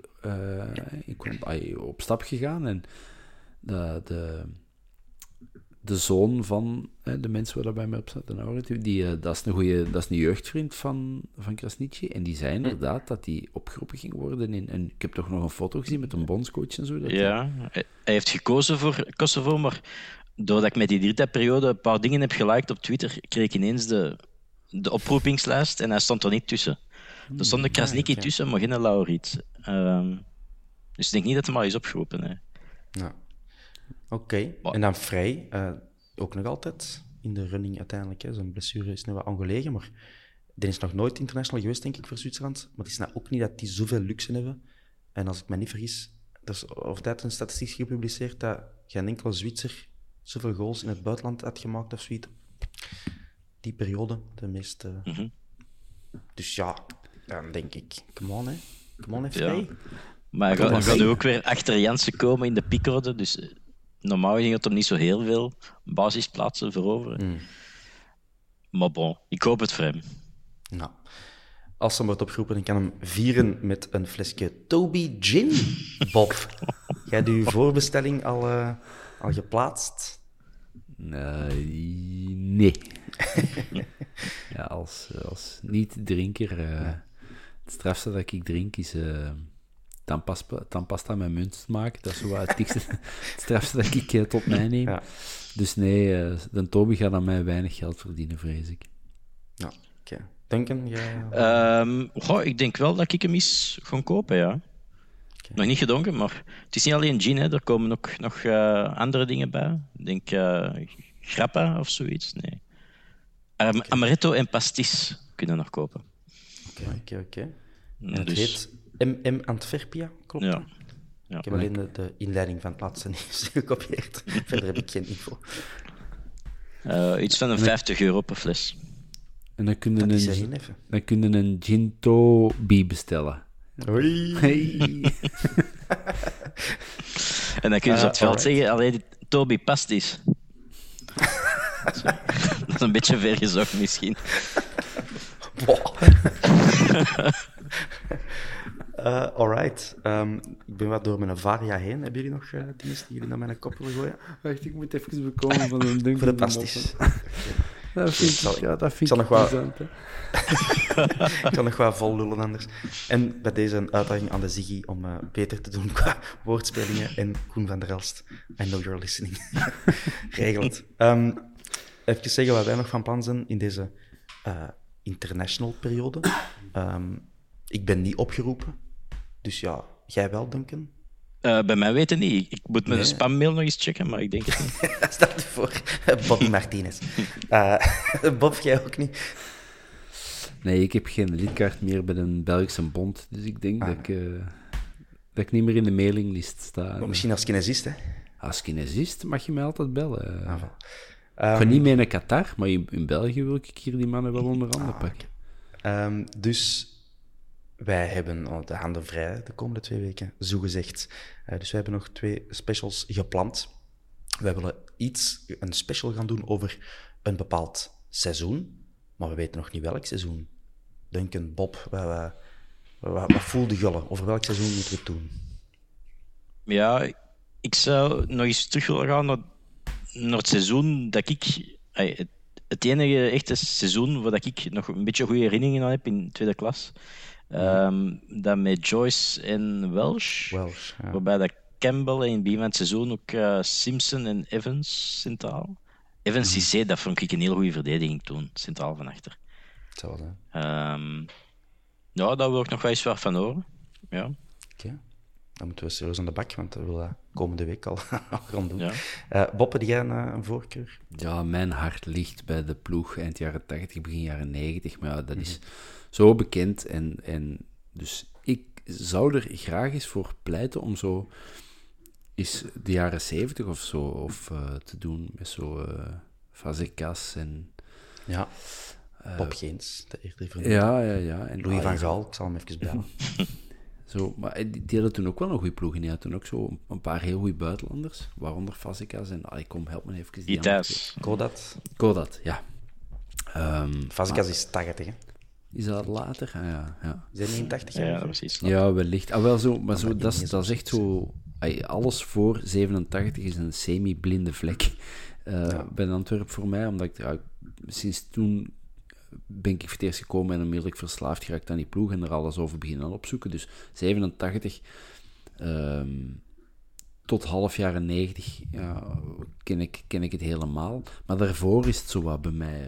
op stap gegaan en de zoon van de mensen waar daarbij mee op zaten, dat is een jeugdvriend van Krasniqi en die zei inderdaad dat hij opgeroepen ging worden en ik heb toch nog een foto gezien met een bondscoach en zo. Hij heeft gekozen voor Kosovo, maar doordat ik met die Drita-periode een paar dingen heb geliked op Twitter, kreeg ik ineens de oproepingslijst en hij stond er niet tussen. Er stond een Krasniqi tussen, maar geen Lauriet. Dus ik denk niet dat hij maar is opgeroepen. Nee. Ja. Oké. En dan Vrij, ook nog altijd in de running uiteindelijk. Zijn blessure is nu wat ongelegen, maar die is nog nooit international geweest, denk ik, voor Zwitserland. Maar het is nou ook niet dat die zoveel luxe hebben. En als ik me niet vergis, er is over tijd een statistiek gepubliceerd dat geen enkele Zwitser zoveel goals in het buitenland had gemaakt of zoiets. Die periode, de meeste. Dus ja, dan denk ik, come on, Vrij. Ja. Maar hij gaat nu ook weer achter Jansen komen in de piekorde, dus normaal ging het hem niet zo heel veel basisplaatsen veroveren. Maar bon, ik hoop het voor hem. Nou, als hem wordt opgeroepen, ik kan hem vieren met een flesje Toby Gin. Bob, jij hebt uw voorbestelling al geplaatst? Nee. Ja, als niet-drinker... het strafste dat ik drink is tandpasta met munt maken. Dat is zo wat het strafste dat ik tot mij neem. Ja. Dus nee, de Toby gaat aan mij weinig geld verdienen, vrees ik. Ja, oké. Duncan, jij... ik denk wel dat ik hem eens ga kopen, ja. Okay. Nog niet gedronken, maar het is niet alleen gin, hè. Er komen ook nog andere dingen bij. Ik denk grappa of zoiets, nee. Amaretto en pastis kunnen nog kopen. Oké. Het heet MM Antwerpia, klopt dat? Ja. Ik heb alleen de inleiding van het laatste nieuws gekopieerd. Verder heb ik geen info. Iets van €50 per fles. En dan kun je een gin Toby bestellen. Hoi. Hey. En dan kun je op het veld zeggen, alleen Toby pastis. Dat is een beetje vergezocht misschien. Alright. Ik ben wat door mijn varia heen. Hebben jullie nog dingen die jullie naar mijn kop willen gooien? Wacht, ik moet even bekomen van een ding. Voor de pastis. Dat vind ik nog interessant. Ik kan nog wel vol lullen anders. En bij deze een uitdaging aan de Ziggy om beter te doen qua woordspelingen. En Koen van der Elst, I know you're listening. Regel het. Even zeggen wat wij nog van plan zijn in deze international periode. Ik ben niet opgeroepen. Dus ja, jij wel, Duncan? Bij mij weten niet. Ik moet mijn spammail nog eens checken, maar ik denk het niet. Stel je voor, Bobby Martinez. Bob, jij ook niet? Nee, ik heb geen lidkaart meer bij een Belgische bond. Dus ik denk dat ik niet meer in de mailinglist sta. Maar misschien als kinesist, hè? Als kinesist mag je mij altijd bellen. Ik ga niet mee naar Qatar, maar in België wil ik hier die mannen wel onder handen pakken. Dus... wij hebben de handen vrij de komende 2 weken, zogezegd. Dus we hebben nog 2 specials gepland. Wij willen een special gaan doen over een bepaald seizoen, maar we weten nog niet welk seizoen. Duncan, Bob, wat voelde jullie? Over welk seizoen moeten we het doen? Ja, ik zou nog eens terug willen gaan naar het seizoen dat ik... Het enige echte seizoen waar ik nog een beetje goede herinneringen aan heb in tweede klas... dat met Joyce en Welsh ja. Waarbij dat Campbell en in het begin van het seizoen ook Simpson en Evans centraal. Evans Cissé, dat vond ik een heel goede verdediging toen, centraal van achter. Zo, ja, daar wil ik nog wel eens wat van horen. Ja. Oké. Dan moeten we serieus aan de bak, want we willen dat komende week al gaan doen. Ja. Bob, heb jij een voorkeur? Ja, mijn hart ligt bij de ploeg eind jaren 80, begin jaren 90, maar ja, dat is zo bekend en dus ik zou er graag eens voor pleiten om zo eens de jaren 70 of zo te doen met zo Fazekas en... Ja, Bob Geens, de eerste vriend. Ja. En Louis van Gaal, ik zal hem even bellen. Zo, maar die hadden toen ook wel een goede ploeg en die hadden toen ook zo een paar heel goede buitenlanders, waaronder Fazekas en... help me even. Itas. Kodat, ja. Fazekas is 80, hè? Is dat later? Ja. Is dat 89? Ja, precies. Ja, wellicht. Wel zo, maar zo, dat is echt zo... Alles voor 87 is een semi-blinde vlek bij Antwerpen voor mij, omdat ik sinds toen ben ik voor het eerst gekomen en onmiddellijk verslaafd geraakt aan die ploeg en er alles over beginnen opzoeken. Dus 87 tot half jaren 90 ken ik het helemaal. Maar daarvoor is het zo wat bij mij...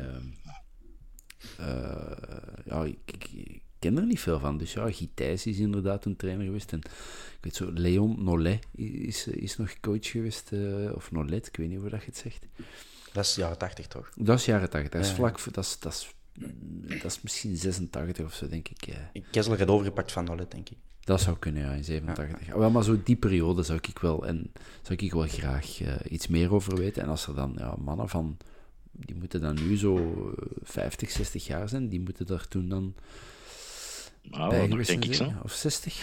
ik ken er niet veel van. Dus ja, Guy Thijs is inderdaad een trainer geweest. En ik weet zo, Léon Nollet is nog coach geweest. Of Nollet, ik weet niet hoe dat je het zegt. Dat is jaren 80, toch? Dat is jaren 80. Dat is vlak voor... Dat is misschien 86 of zo, denk ik. Kessler had overgepakt van Nollet, denk ik. Dat zou kunnen, ja, in 87. Ja. Maar zo die periode zou ik wel graag iets meer over weten. En als er dan mannen van... Die moeten dan nu zo 50, 60 jaar zijn. Die moeten daar toen dan bij geweest zijn. Of 60.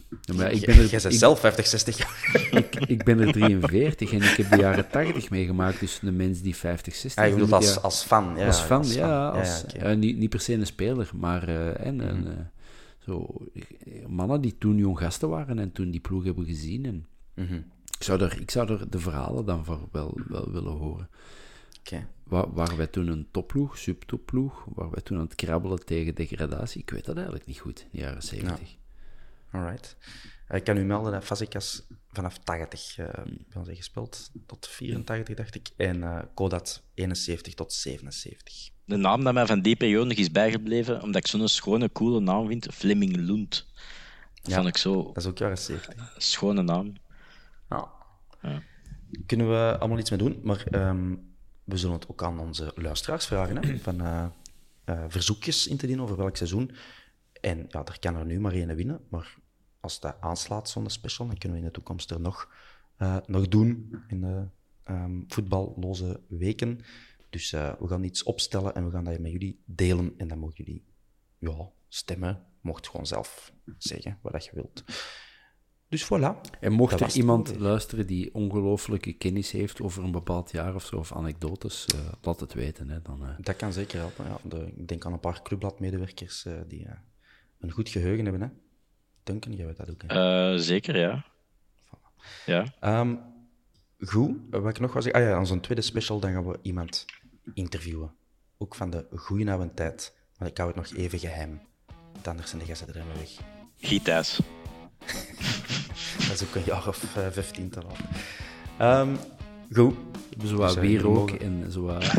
Ja, maar Jij bent zelf 50, 60 jaar. Ik ben er 43 en ik heb de jaren 80 meegemaakt. Dus de mens die 50, 60... Je bedoelt als fan. Ja, als fan, als ja. Okay. Niet per se een speler, maar zo, mannen die toen jong gasten waren en toen die ploeg hebben gezien. En ik zou er de verhalen dan voor wel willen horen. Okay. Waren wij toen een topploeg, subtopploeg? Waren wij toen aan het krabbelen tegen degradatie? Ik weet dat eigenlijk niet goed, in de jaren 70. Ja. Alright. Ik kan u melden dat Fazekas vanaf 80 gespeeld, tot 84 dacht ik, en Kodat 71 tot 77. De naam dat mij van die periode nog is bijgebleven, omdat ik zo'n schone, coole naam vind, Flemming Lund. Dat vond ik zo... Dat is ook jaren 70. Schone naam. Ja. Kunnen we allemaal iets mee doen, maar we zullen het ook aan onze luisteraars vragen, hè, van verzoekjes in te dienen over welk seizoen. En ja, er kan er nu maar één winnen, maar als dat aanslaat, zo'n special, dan kunnen we in de toekomst er nog doen in de voetballoze weken. Dus we gaan iets opstellen en we gaan dat met jullie delen. En dan mogen jullie stemmen. Je mocht gewoon zelf zeggen wat je wilt. Dus voilà. En mocht er iemand luisteren die ongelooflijke kennis heeft over een bepaald jaar of zo, of anekdotes, laat het weten. Hè, dan, Dat kan zeker helpen. Ja. Ik denk aan een paar clubbladmedewerkers die een goed geheugen hebben. Hè. Duncan, jij weet dat ook. Hè? Zeker, ja. Voilà. Ja. Goed, wat ik nog was zeggen. Aan zo'n tweede special dan gaan we iemand interviewen. Ook van de goeie oude tijd. Maar ik hou het nog even geheim. Anders zijn de gasten er helemaal weg. Giethuis. Dat is ook een jaar of 15 te laat. Goed. Zo wat bier ook en zo wat...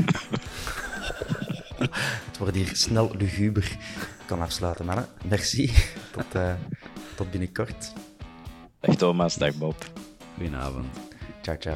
Het wordt hier snel luguber. Ik kan afsluiten, mannen. Merci. Tot binnenkort. Dag Thomas, dag Bob. Goedenavond. Ciao, ciao.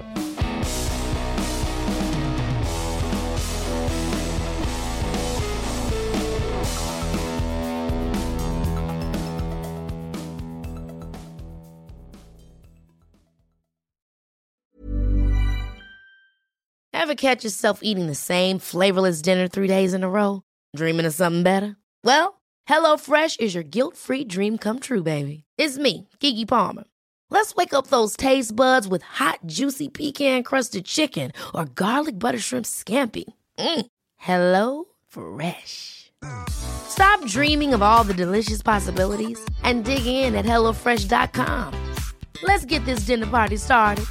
Ever catch yourself eating the same flavorless dinner 3 days in a row? Dreaming of something better? Well, HelloFresh is your guilt-free dream come true, baby. It's me, Keke Palmer. Let's wake up those taste buds with hot, juicy pecan-crusted chicken or garlic butter shrimp scampi. Hello Fresh. Stop dreaming of all the delicious possibilities and dig in at HelloFresh.com. Let's get this dinner party started.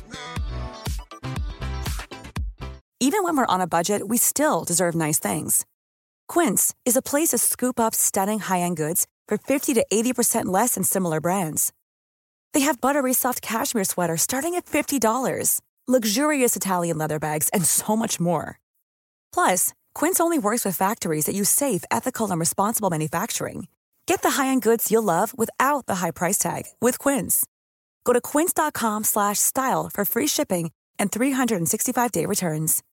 Even when we're on a budget, we still deserve nice things. Quince is a place to scoop up stunning high-end goods for 50 to 80% less than similar brands. They have buttery soft cashmere sweaters starting at $50, luxurious Italian leather bags, and so much more. Plus, Quince only works with factories that use safe, ethical, and responsible manufacturing. Get the high-end goods you'll love without the high price tag with Quince. Go to quince.com/style for free shipping and 365-day returns.